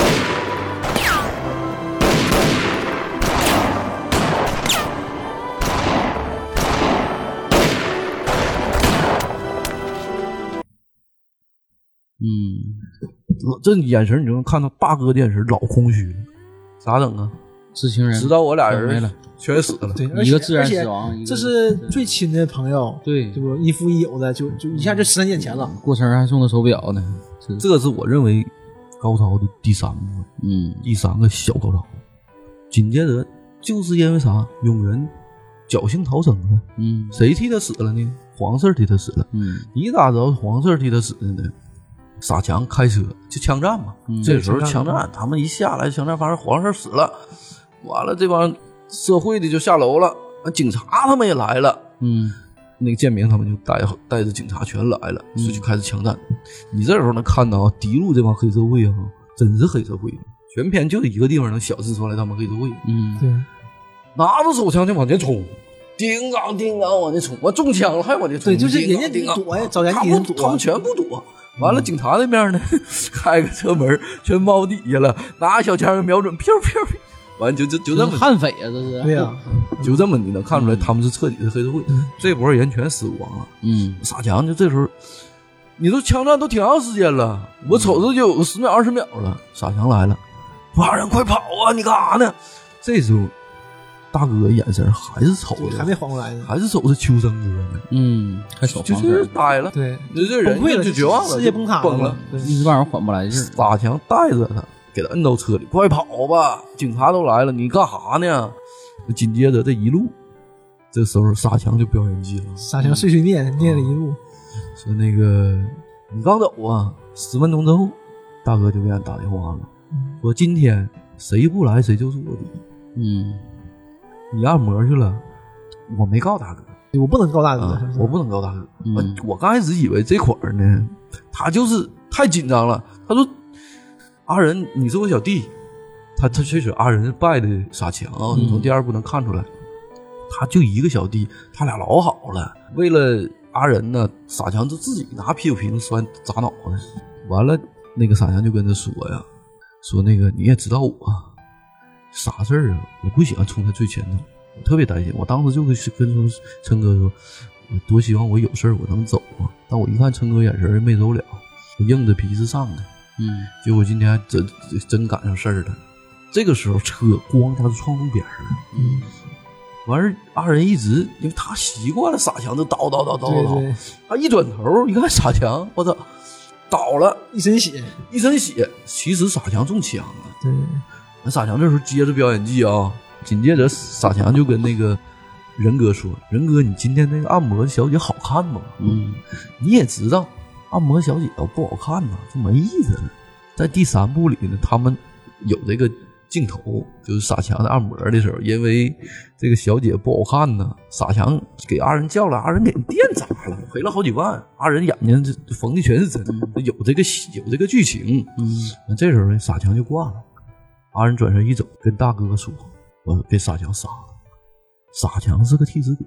这眼神你就能看到大哥的眼神老空虚了，咋整啊？ 知情人知道我俩人没了， 全死了， 对， 一个自然死亡， 这是最亲的朋友， 对， 对不？一夫一有的就一下就死在眼前了。 过生日还送他手表呢， 这是我认为高潮的第3部分，第3个小高潮。紧接着就是因为啥，永仁侥幸逃生了，谁替他死了呢？黄四替他死了，你咋知道黄四替他死的呢？傻强开车就枪战嘛，这时候枪战，他们一下来枪战，发现黄四死了，完了这帮社会的就下楼了，警察他们也来了，那个建明他们就带着警察全来了，所以就开始枪战。你这时候能看到敌路这帮黑社会啊，真是黑社会，全片就一个地方能显示出来他们黑社会， 对， 拿着手枪就往前冲，叮当叮当往前冲，我中枪了还往前冲， 对，就是人家你躲呀，找人家躲， 他们全不躲。完了，警察那边呢，开个车门全猫底下了，拿小枪瞄准，飘飘飘，完就这么悍匪啊，这是对呀， 就这么你能看出来他们是彻底的黑社会，这波人全死光了。傻强就这时候，你说枪战都挺长时间了，我瞅着就有10秒20秒了，傻强来了，哇人快跑啊，你干啥呢？这时候大哥眼神还是瞅着， 还没缓过来呢， 还是瞅着秋生哥呢， 还瞅就是呆了， 对， 这人就绝望了， 世界崩塌了， 一时半会儿缓不来劲。 傻强带着他，给他摁到车里，快跑吧！警察都来了，你干啥呢？紧接着这一路，这时候傻强就表演技了， 傻强碎碎念念了一路， 说那个你刚走啊，10分钟之后，大哥就给俺打电话了，说今天谁不来谁就是卧底。你按摩去了，我没告大哥， 我不能告大哥， 我不能告大哥。我刚开始以为这块儿呢，他就是太紧张了。他说：“阿仁，你是我小弟。”他确实阿仁是拜的傻强，你从第2部能看出来，他就一个小弟，他俩老好了。为了阿仁呢，傻强就自己拿啤酒瓶砸脑袋。完了，那个傻强就跟他说呀，说那个你也知道我。啥事儿啊？我不喜欢冲在最前头，我特别担心。我当时就跟琛哥说，我多希望我有事儿我能走啊！但我一看琛哥眼神没走了，我硬着鼻子上的。结果今天还真赶上事儿了。这个时候车咣一下就撞东边了。完事阿仁一直因为他习惯了傻强就叨，他一转头一看傻强，我操，倒了， 一身血。 其实傻强中枪了。 对。 那傻强这时候接着表演技啊，紧接着傻强就跟那个仁哥说：“仁哥，你今天那个按摩小姐好看吗？你也知道，按摩小姐要不好看呢，就没意思了。”在第3部里呢，他们有这个镜头，就是傻强的按摩的时候，因为这个小姐不好看呢，傻强给阿仁叫了，阿仁给店砸了，赔了好几万，阿仁眼睛这缝的全是针，有这个剧情。这时候呢，傻强就挂了。阿仁转身一走，跟大哥说：“我给傻强杀了。”傻强是个替死鬼，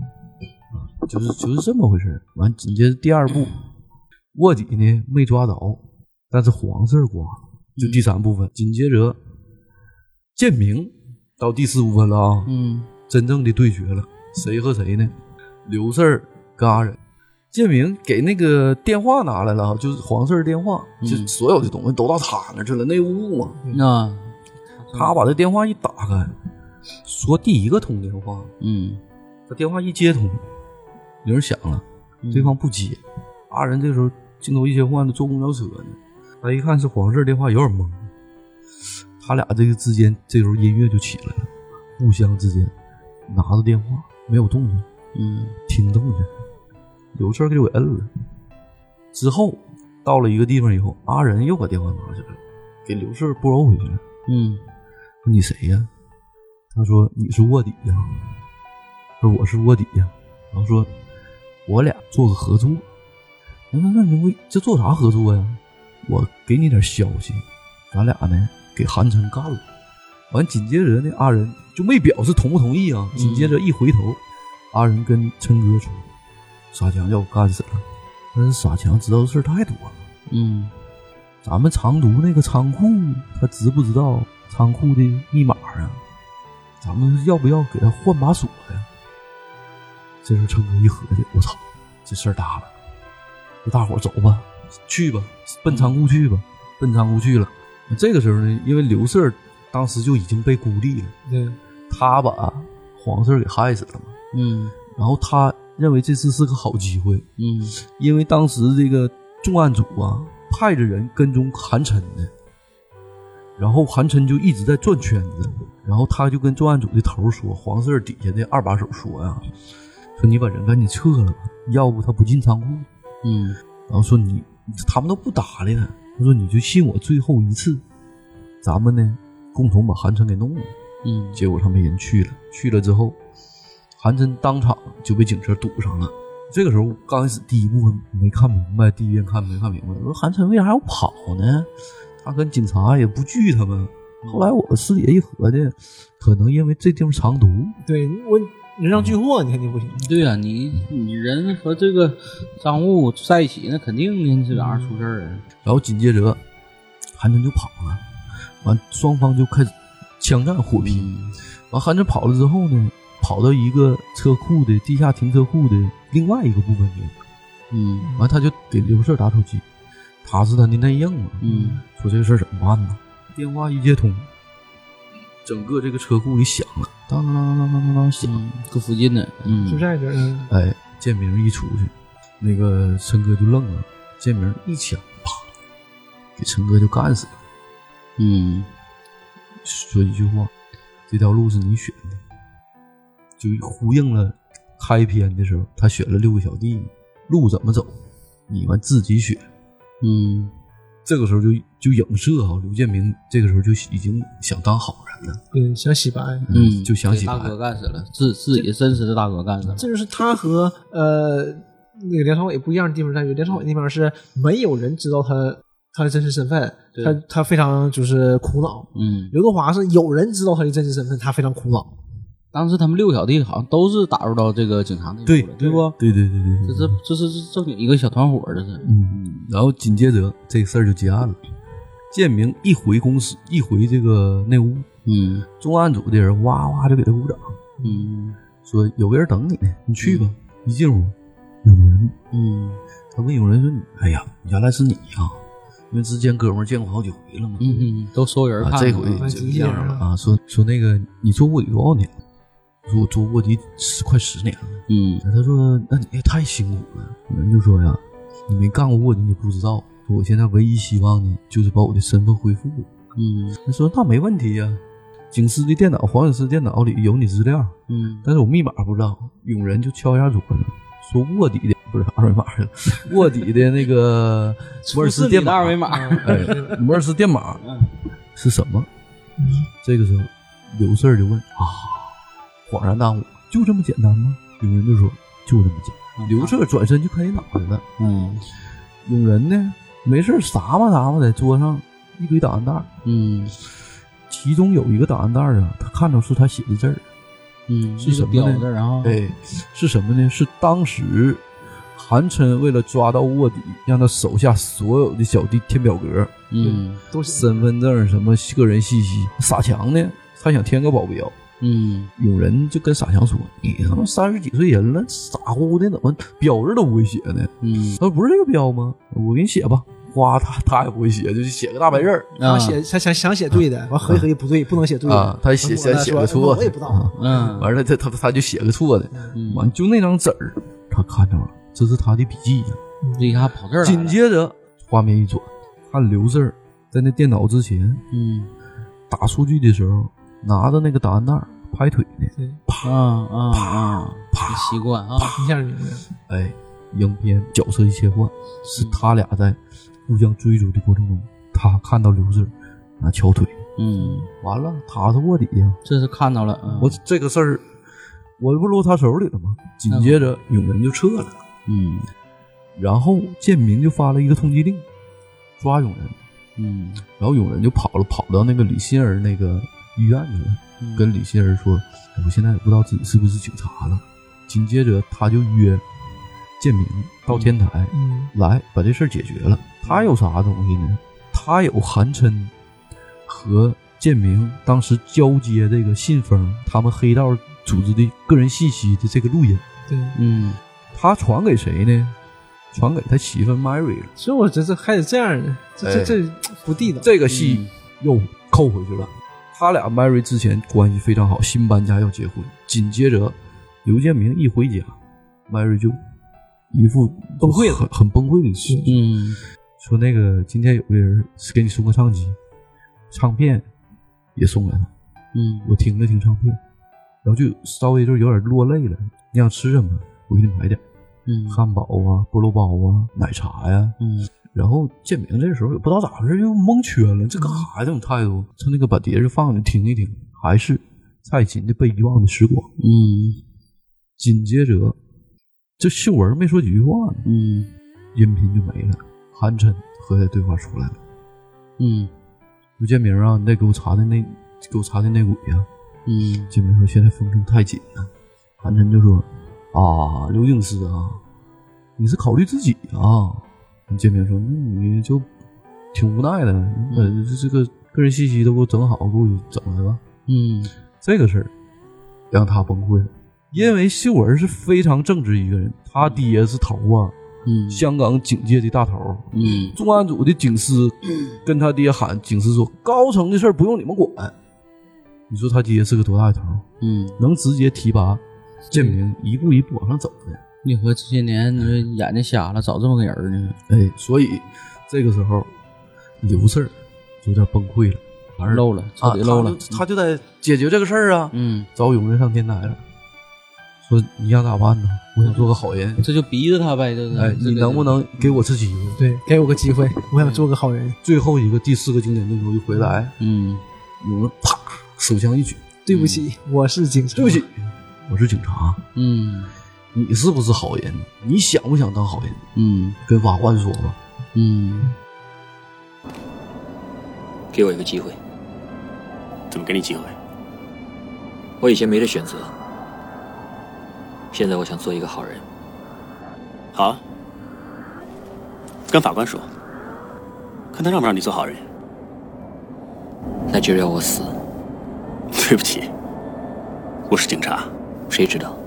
就是这么回事。完，紧接着第2部卧底呢没抓着， 但是黄四挂了，就第3部分。紧接着建明到第4部分了啊，真正的对决了，谁和谁呢？刘四跟阿仁。建明给那个电话拿来了，就是黄四电话，就所有的东西都到他那去了，内务部嘛。他把这电话一打开，说第一个通电话，他电话一接通，铃响了，对方不接。阿仁这时候镜头一切换的坐公交车呢，他一看是黄四电话，有点懵。他俩这个之间这时候音乐就起来了，互相之间拿着电话没有动静，听动静。刘四就给摁了。之后到了一个地方以后，阿仁又把电话拿起来了，给刘四拨回去了。说你谁呀？他说你是卧底呀。说我是卧底呀。然后说我俩做个合作。那你这做啥合作呀？我给你点消息，咱俩呢给韩琛干了。完紧接着呢，阿仁就没表示同不同意啊。紧接着一回头，阿仁跟琛哥说。傻强要我干死了，但是傻强知道的事太多了。咱们长途那个仓库，他知不知道仓库的密码啊？咱们要不要给他换把锁呀？这时候琛哥一合计，我操，这事儿大了，就大伙儿走吧，去吧，奔仓库去吧，奔仓库去了。这个时候呢，因为刘四当时就已经被孤立了，他把黄四给害死了嘛。然后他认为这次是个好机会，因为当时这个重案组啊派着人跟踪韩琛的，然后韩琛就一直在转圈子，然后他就跟重案组的头说，黄四底下的2把手说呀，说你把人赶紧撤了吧，要不他不进仓库。然后说他们都不搭理他，他说你就信我最后一次，咱们呢共同把韩琛给弄了。结果他没人去了，去了之后。韩琛当场就被警车堵上了。这个时候刚开始第1部分没看明白，第一遍看没看明白，我说韩琛为啥要跑呢？他跟警察也不惧他们。后来我师姐一合计，可能因为这地方藏毒。 对，我人上俱获，你肯定不行。 对啊，你人和这个赃物在一起，那肯定这玩意儿出事儿啊。 然后紧接着韩琛就跑了，完双方就开始枪战火拼。完韩琛跑了之后呢，跑到一个车库的地下停车库的另外一个部分去，完他就给刘四打手机，他是他的内应嘛，说这个事儿怎么办呢？电话一接通，整个这个车库里响了，当当当当当当响， 搁附近的， 就在这儿。 哎，建明一出去，那个琛哥就愣了，建明一枪，啪，给琛哥就干死了。说一句话，这条路是你选的。就呼应了开篇的时候，他选了6个小弟，路怎么走，你们自己选。这个时候就影射啊，刘建明这个时候就已经想当好人了， 想洗白， 就想洗白， 大哥干死了，自己真实的大哥干死了。 这就是他和那个梁朝伟不一样的地方在于，梁朝伟那边是没有人知道他的真实身份，他非常就是苦恼。刘德华是有人知道他的真实身份，他非常苦恼。 当时他们6个小弟好像都是打入到这个警察内部了，对不？ 对， 这是正经一个小团伙，这是。 然后紧接着这个事儿就结案了。建明一回公司，一回这个内屋，重案组的人哇哇就给他鼓掌，说有个人等你呢，你去吧。一进屋，有人，他问有人说：“哎呀，原来是你呀！因为之前哥们儿见过好几回了嘛， 都收人看， 这回就这样了啊。说那个你做卧底多少年了？”说我做卧底快10年了。他说那你也太辛苦了。有人就说呀，你没干过卧底你不知道，说我现在唯一希望呢就是把我的身份恢复了。他说那没问题呀，警司的电脑黄警司电脑里有你资料，但是我密码不知道。永仁就敲一下桌子，说卧底的不是二维码去了，卧底的那个摩尔斯电码， 二维码， 摩尔斯电码是什么？这个时候刘四就问恍然大悟，就这么简单吗？永仁就说就这么简单。刘彻转身就开始脑袋了。永仁呢没事撒吧在桌上一堆档案袋，其中有一个档案袋啊，他看到是他写的字儿，是什么呢？是什么呢？是当时韩琛为了抓到卧底，让他手下所有的小弟填表格， 都是身份证什么个人信息。傻强呢，他想填个保镖，有人就跟傻强说：“你他妈30几岁人了，傻乎乎的，怎么标字都不会写呢？”他说：“不是这个标吗？我给你写吧。”哇，他也不会写，就写个大白字儿。 他想写对的，完合计不对，不能写对的。 他写个错， 我也不知道。 完了他就写个错的，完就那张纸儿，他看着了，这是他的笔记呀。 你看跑这儿了。 紧接着画面一转，看刘四在那电脑之前，打数据的时候，拿着那个答案袋拍腿呢，啪， 习惯啊， 一下就明白了。 哎，影片角色一切换，是他俩在互相追逐的过程中，他看到刘四拿敲腿，完了，他是卧底呀， 这是看到了。 我这个事儿，我不落他手里了吗？紧接着永仁就撤了，然后建明就发了一个通缉令，抓永仁，然后永仁就跑到那个李欣儿那个医院去了，跟李欣儿说，我现在也不知道自己是不是警察了。紧接着他就约建明到天台，来把这事儿解决了。他有啥东西呢？他有韩琛和建明当时交接这个信封，他们黑道组织的个人信息的这个录音。 对， 他传给谁呢？传给他媳妇 Mary 了。 所以我这还得这样呢，这不地道。 这个戏又扣回去了。他俩 Mary 之前关系非常好，新搬家要结婚。紧接着刘建明一回家 ，Mary 就一副崩溃了， 很崩溃的事。说那个今天有个人给你送个唱机，唱片也送来了。我听了听唱片，然后就稍微就有点落泪了。你想吃什么？我给你买点。汉堡啊，菠萝包啊，奶茶呀。然后建明这时候也不知道咋回事，又蒙圈了，这干啥呀？这种态度。他那个把碟子放着听一听，还是蔡琴的《被遗忘的时光》。紧接着这秀文没说几句话呢，音频就没了。韩琛和他对话出来了。刘建明啊，你得给我查的内鬼啊。建明说现在风声太紧了。韩琛就说啊，刘警司啊，你是考虑自己啊。建明说你就挺无奈的，这个个人信息都给我整好，给我整来吧。这个事儿让他崩溃了，因为秀文是非常正直一个人，他爹是头啊，香港警界的大头，重案组的警司跟他爹喊，警司说高层的事不用你们管。你说他爹是个多大的头？能直接提拔建明一步一步往上走的。 你和这些年你眼睛瞎了，找这么个人呢？ 哎，所以这个时候刘四有点崩溃了，完漏了，彻底漏了。 他就得解决这个事儿啊。找永仁上天台了，说你想咋办呢？我想做个好人。 这就逼着他呗，这是。 哎，你能不能给我次机会？ 对，给我个机会，我想做个好人。 最后一个第4个经典镜头一回来，永仁啪手枪一举， 对不起，我是警察。 对不起，我是警察。你是不是好人？你想不想当好人？跟法官说吧。 给我一个机会。 怎么给你机会？ 我以前没得选择，现在我想做一个好人。 好啊，跟法官说，看他让不让你做好人。 那就让我死。 对不起，我是警察。 谁知道？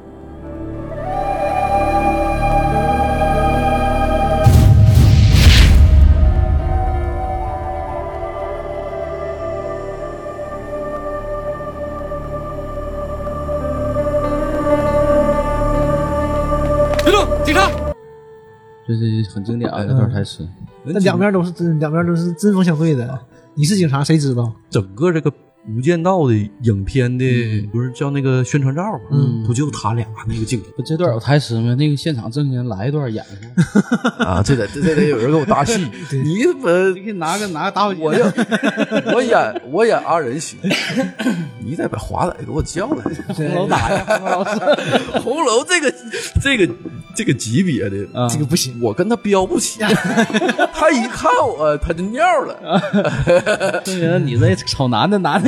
警察，这是很经典的这段台词。 那两边都是针锋相对的。你是警察，谁知道？ 整个这个《无间道》的影片的不是叫那个宣传照吗？不就他俩那个镜头？ 这段有台词吗？那个现场证人来一段演一下啊！这得有人给我搭戏。你可以拿个打火机。 我演阿仁行，你得把华仔给我叫来。 红楼打呀，红楼老师。 红楼这个级别的这个不行， 我跟他飙不起。他一看我他就尿了。 证明你这丑男的男的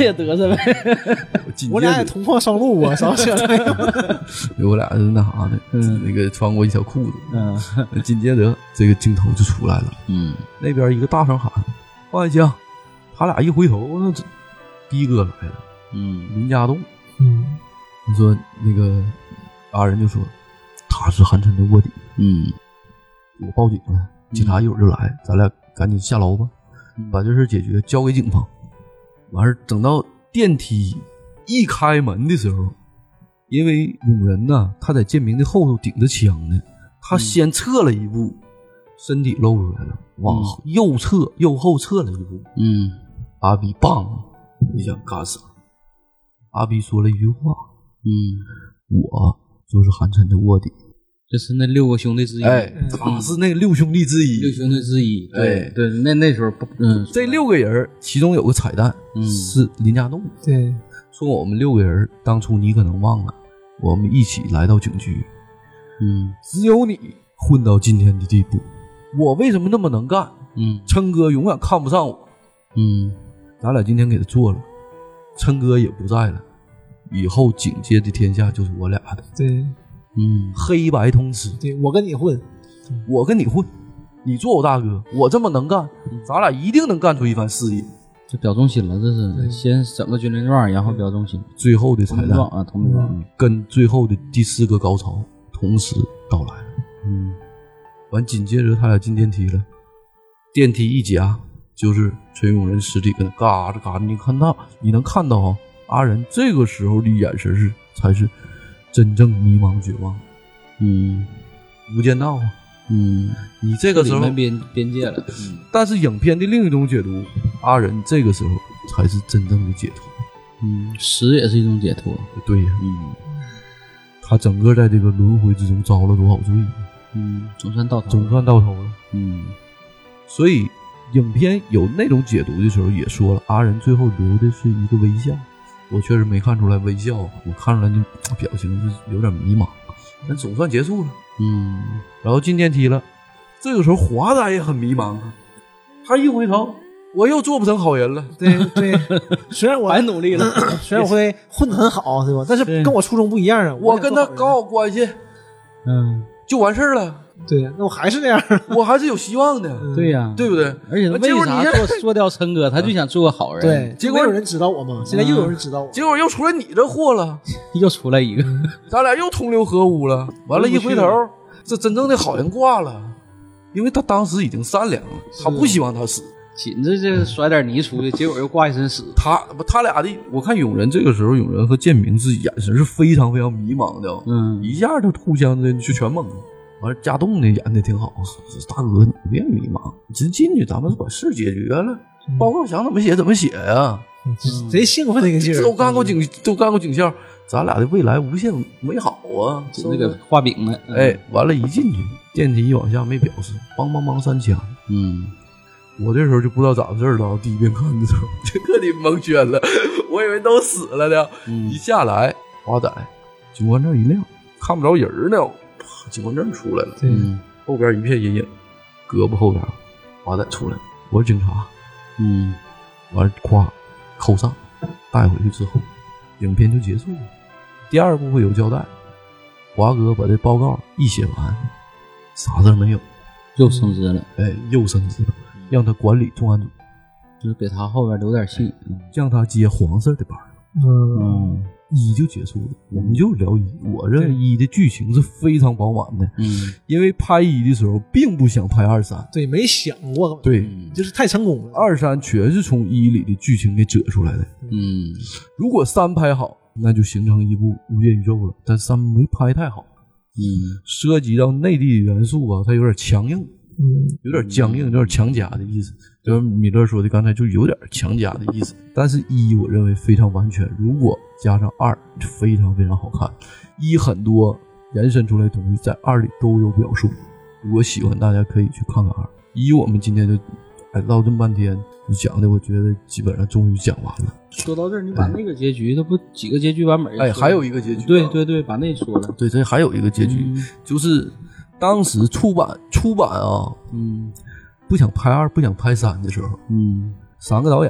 也得瑟呗。 我俩也同框上路啊，啥想没有？我俩是那啥的，那个穿过一条裤子。紧接着这个镜头就出来了，那边一个大声喊放下枪，他俩一回头，那的哥来了，林家栋。你说那个阿仁就说他是韩琛的卧底，我报警了，警察一会儿就来，咱俩赶紧下楼吧，把这事解决，交给警方。完事等到电梯一开门的时候，因为永仁呢，他在建明的后头顶着枪呢，他先撤了一步，身体露出来了，往右后撤了一步。阿逼棒，你想干啥？阿逼说了一句话，我就是韩琛的卧底。 这是那6个兄弟之一， 他是那6兄弟之一 ，6兄弟之一，对，那时候这6个人其中有个彩蛋，是林家栋， 对， 说我们6个人当初你可能忘了，我们一起来到警局，只有你混到今天的地步，我为什么那么能干？琛哥永远看不上我，咱俩今天给他做了，琛哥也不在了，以后警界的天下就是我俩的， 对。 黑白通吃， 对，我跟你混， 你做我大哥，我这么能干，咱俩一定能干出一番事业。 这表忠心了，这是先整个军令状，然后表忠心。 最后的彩蛋同名状， 跟最后的第4个高潮同时到来了。完紧接着他俩进电梯了，电梯一夹，就是崔永仁尸体跟他嘎着嘎着，你能看到啊，阿仁这个时候的眼神才是真正迷茫绝望。无间道啊，你这个时候边界了。 但是影片的另一种解读，阿仁这个时候才是真正的解脱。 死也是一种解脱。 对呀，他整个在这个轮回之中遭了多少罪？ 总算到头了。所以影片有那种解读的时候也说了，阿仁最后留的是一个微笑。我确实没看出来微笑，我看出来那表情是有点迷茫，但总算结束了。然后进电梯了，这个时候华仔也很迷茫啊，他一回头，我又做不成好人了。 对，虽然我白努力了， 虽然我会混得很好，对吧？但是跟我初衷不一样啊。 我跟他搞好关系，就完事儿了。 对呀，那我还是这样， 我还是有希望的。 对呀， 对不对？ 而且为啥做掉琛哥，他就想做个好人。 对， 结果有人知道我嘛，现在又有人知道我， 结果又出来你这货了， 又出来一个， 咱俩又同流合污了。完了，一回头，这真正的好人挂了，因为他当时已经善良了，他不希望他死。 紧着这甩点泥出去，结果又挂一身屎。 他俩的，我看永仁这个时候，永仁和建明是眼神是非常非常迷茫的，一下就互相的就全懵了。完了，家栋呢演的挺好，大哥你别迷茫，直进去咱们把事解决了，报告想怎么写怎么写呀， 贼兴奋那个劲儿。 都干过警校，咱俩的未来无限美好啊！ 那个画饼呢？ 完了，一进去电梯一往下没表示，梆梆梆3枪。我这时候就不知道咋回事了，第一遍看的时候就彻底蒙圈了，我以为都死了呢。一下来，华仔警官证一亮，看不着人呢，警官证出来了。后边一片阴影，胳膊后边华仔出来了，我是警察。完了，咵扣上，带回去之后，影片就结束了。第2部会有交代，华哥把这报告一写完，啥事没有， 又升职了。 又升职了。让他管理重案组， 就是给他后边留点戏， 让他接黄色的班。1就结束了，我们就聊1。我认为1的剧情是非常饱满的，因为拍1的时候并不想拍2、3， 对，没想过， 对， 就是太成功了。 2、3全是从1里的剧情给折出来的。如果3拍好，那就形成一部无间宇宙了，但3没拍太好，涉及到内地的元素吧，它有点强硬。有点僵硬，有点强加的意思，就是米勒说的刚才就有点强加的意思。但是1我认为非常完全，如果加上2就非常非常好看。1很多延伸出来的东西在2里都有表述，如果喜欢大家可以去看看2。1我们今天就唠这么半天，你讲的我觉得基本上终于讲完了。 说到这儿，你把那个结局，那不几个结局版本？ 还有一个结局。 对，把那说了。 对，这还有一个结局，就是当时出版啊，不想拍2，不想拍3的时候，3个导演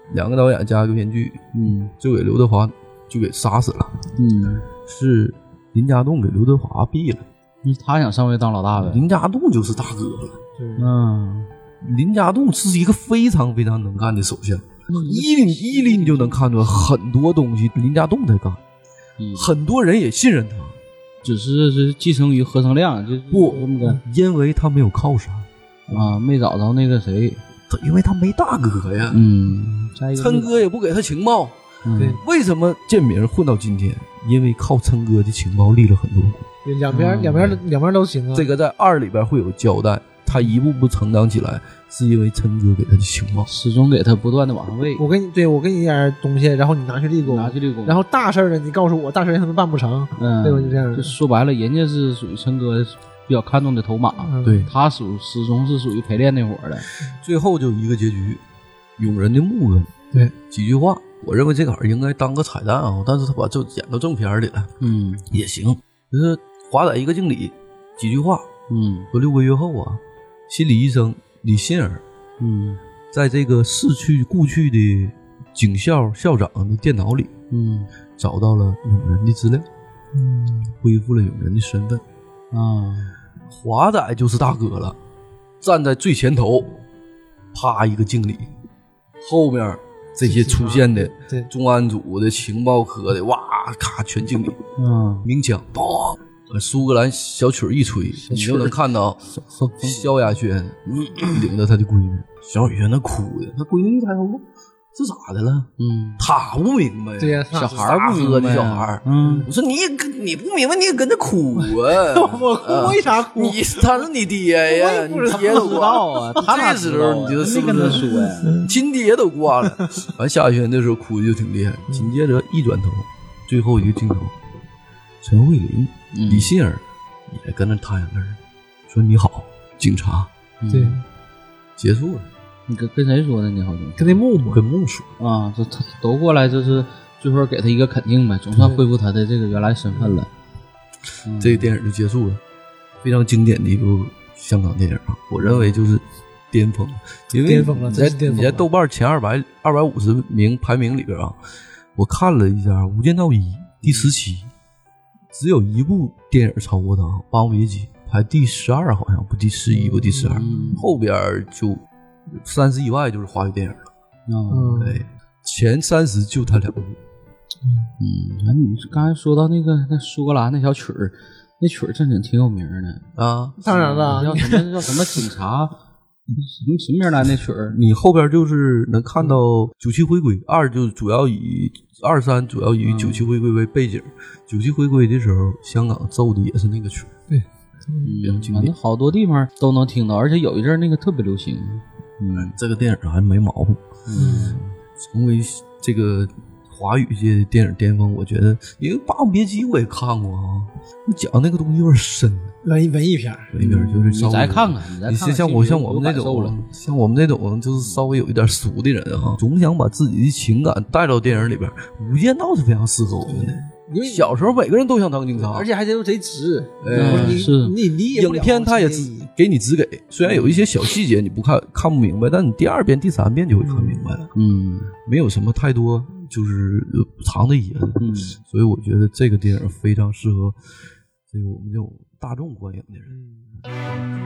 2个导演加一个编剧，就给刘德华就给杀死了，是林家栋给刘德华毙了， 他想上位当老大呗， 林家栋就是大哥了，林家栋是一个非常非常能干的手下，一拎就能看出来很多东西林家栋在干，很多人也信任他， 只是继承于何成亮，就不因为他没有靠山啊，没找着那个谁， 因为他没大哥呀，琛哥也不给他情报，对，为什么建明混到今天？因为靠琛哥的情报立了很多功， 对，两边都行啊。 这个在2里边会有交代，他一步步成长起来，是因为琛哥给他的情报， 始终给他不断的往上喂。 我给你点东西，然后你拿去立功，然后大事呢，你告诉我大事他们办不成，对吧？就这样。 就说白了，人家是属于琛哥比较看重的头马， 对， 他始终是属于陪练那伙的。 最后就一个结局，永仁的木恩， 对， 几句话。我认为这个应该当个彩蛋啊，但是他把这演到正片里了，也行。就是华仔一个经理，几句话，说6个月后啊，心理医生李信儿，在这个故去的警校校长的电脑里，找到了永仁的资料，恢复了永仁的身份啊。华仔就是大哥了，站在最前头，啪一个敬礼，后面这些出现的重案组的情报科的，哇咔全敬礼，鸣枪砰，苏格兰小曲一吹，你就能看到萧亚轩领着他的闺女，萧亚轩那哭的，他闺女一抬头，这咋的了？他不明白， 对呀， 小孩不明白的小孩，我说你不明白，你也跟着哭啊？ 我哭为啥哭？ 他是你爹呀，你爹都知道啊，他那时候你就是跟他说呀， 亲爹都挂了。完夏轩那时候哭的就挺厉害，紧接着一转头，最后一个镜头，陈慧琳、李信儿也跟着他眼泪说你好，警察， 对， 结束了。 你跟谁说的？你好像跟那木跟木说啊，这他都过来，就是最后给他一个肯定呗，总算恢复他的这个原来身份了。 这个电影就结束了，非常经典的一部香港电影啊，我认为就是巅峰，因为你在豆瓣前250名排名里边啊，我看了一下《无间道1》第17，只有一部电影超过它，《霸王别姬》排第12，好像不第11不第12，后边就30以外就是华语电影了。对，前30就他2部。 你刚才说到那苏格兰那小曲儿，那曲儿正经挺有名的啊。 当然了， 叫什么警察，什么名来那曲儿？ 你后边就是能看到97回归，2就主要以23主要以97回归为背景。97回归的时候，香港奏的也是那个曲儿。 对， 反正好多地方都能听到，而且有一阵那个特别流行。 这个电影还没毛病。成为这个华语界的电影巅峰，我觉得，因为《霸王别姬》我也看过啊，讲那个东西有点深， 文艺片就是你再看看， 你像我们这种就是稍微有一点俗的人啊，总想把自己的情感带到电影里边，《无间道》是非常适合我们的。因为小时候每个人都想当警察， 而且还得贼直。 是你影片他也给你只给，虽然有一些小细节你看不明白，但你第2遍、第3遍就会看明白了。没有什么太多就是藏的掖的。所以我觉得这个电影非常适合这个我们这种大众观影的人。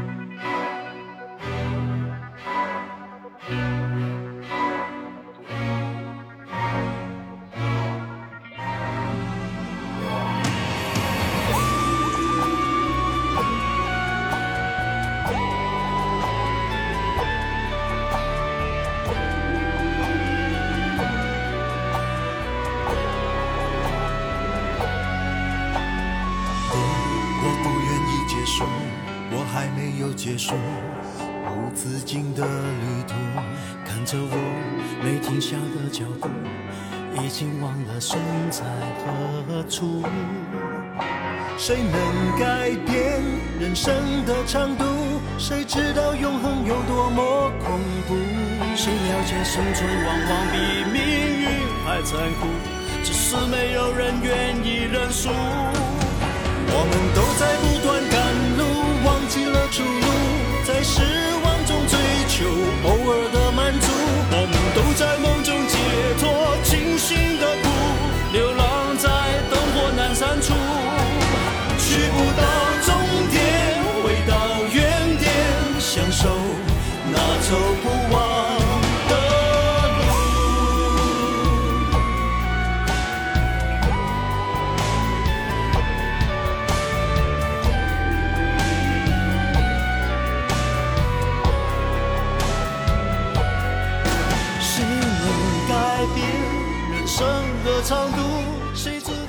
我还没有结束无止境的旅途，看着我没停下的脚步，已经忘了身在何处。谁能改变人生的长度？谁知道永恒有多么恐怖？谁了解生存往往比命运还残酷，只是没有人愿意认输。我们都在不断赶路，忘记了出路，在失望中追求偶尔的满足。我们都在梦中生的长度，谁知道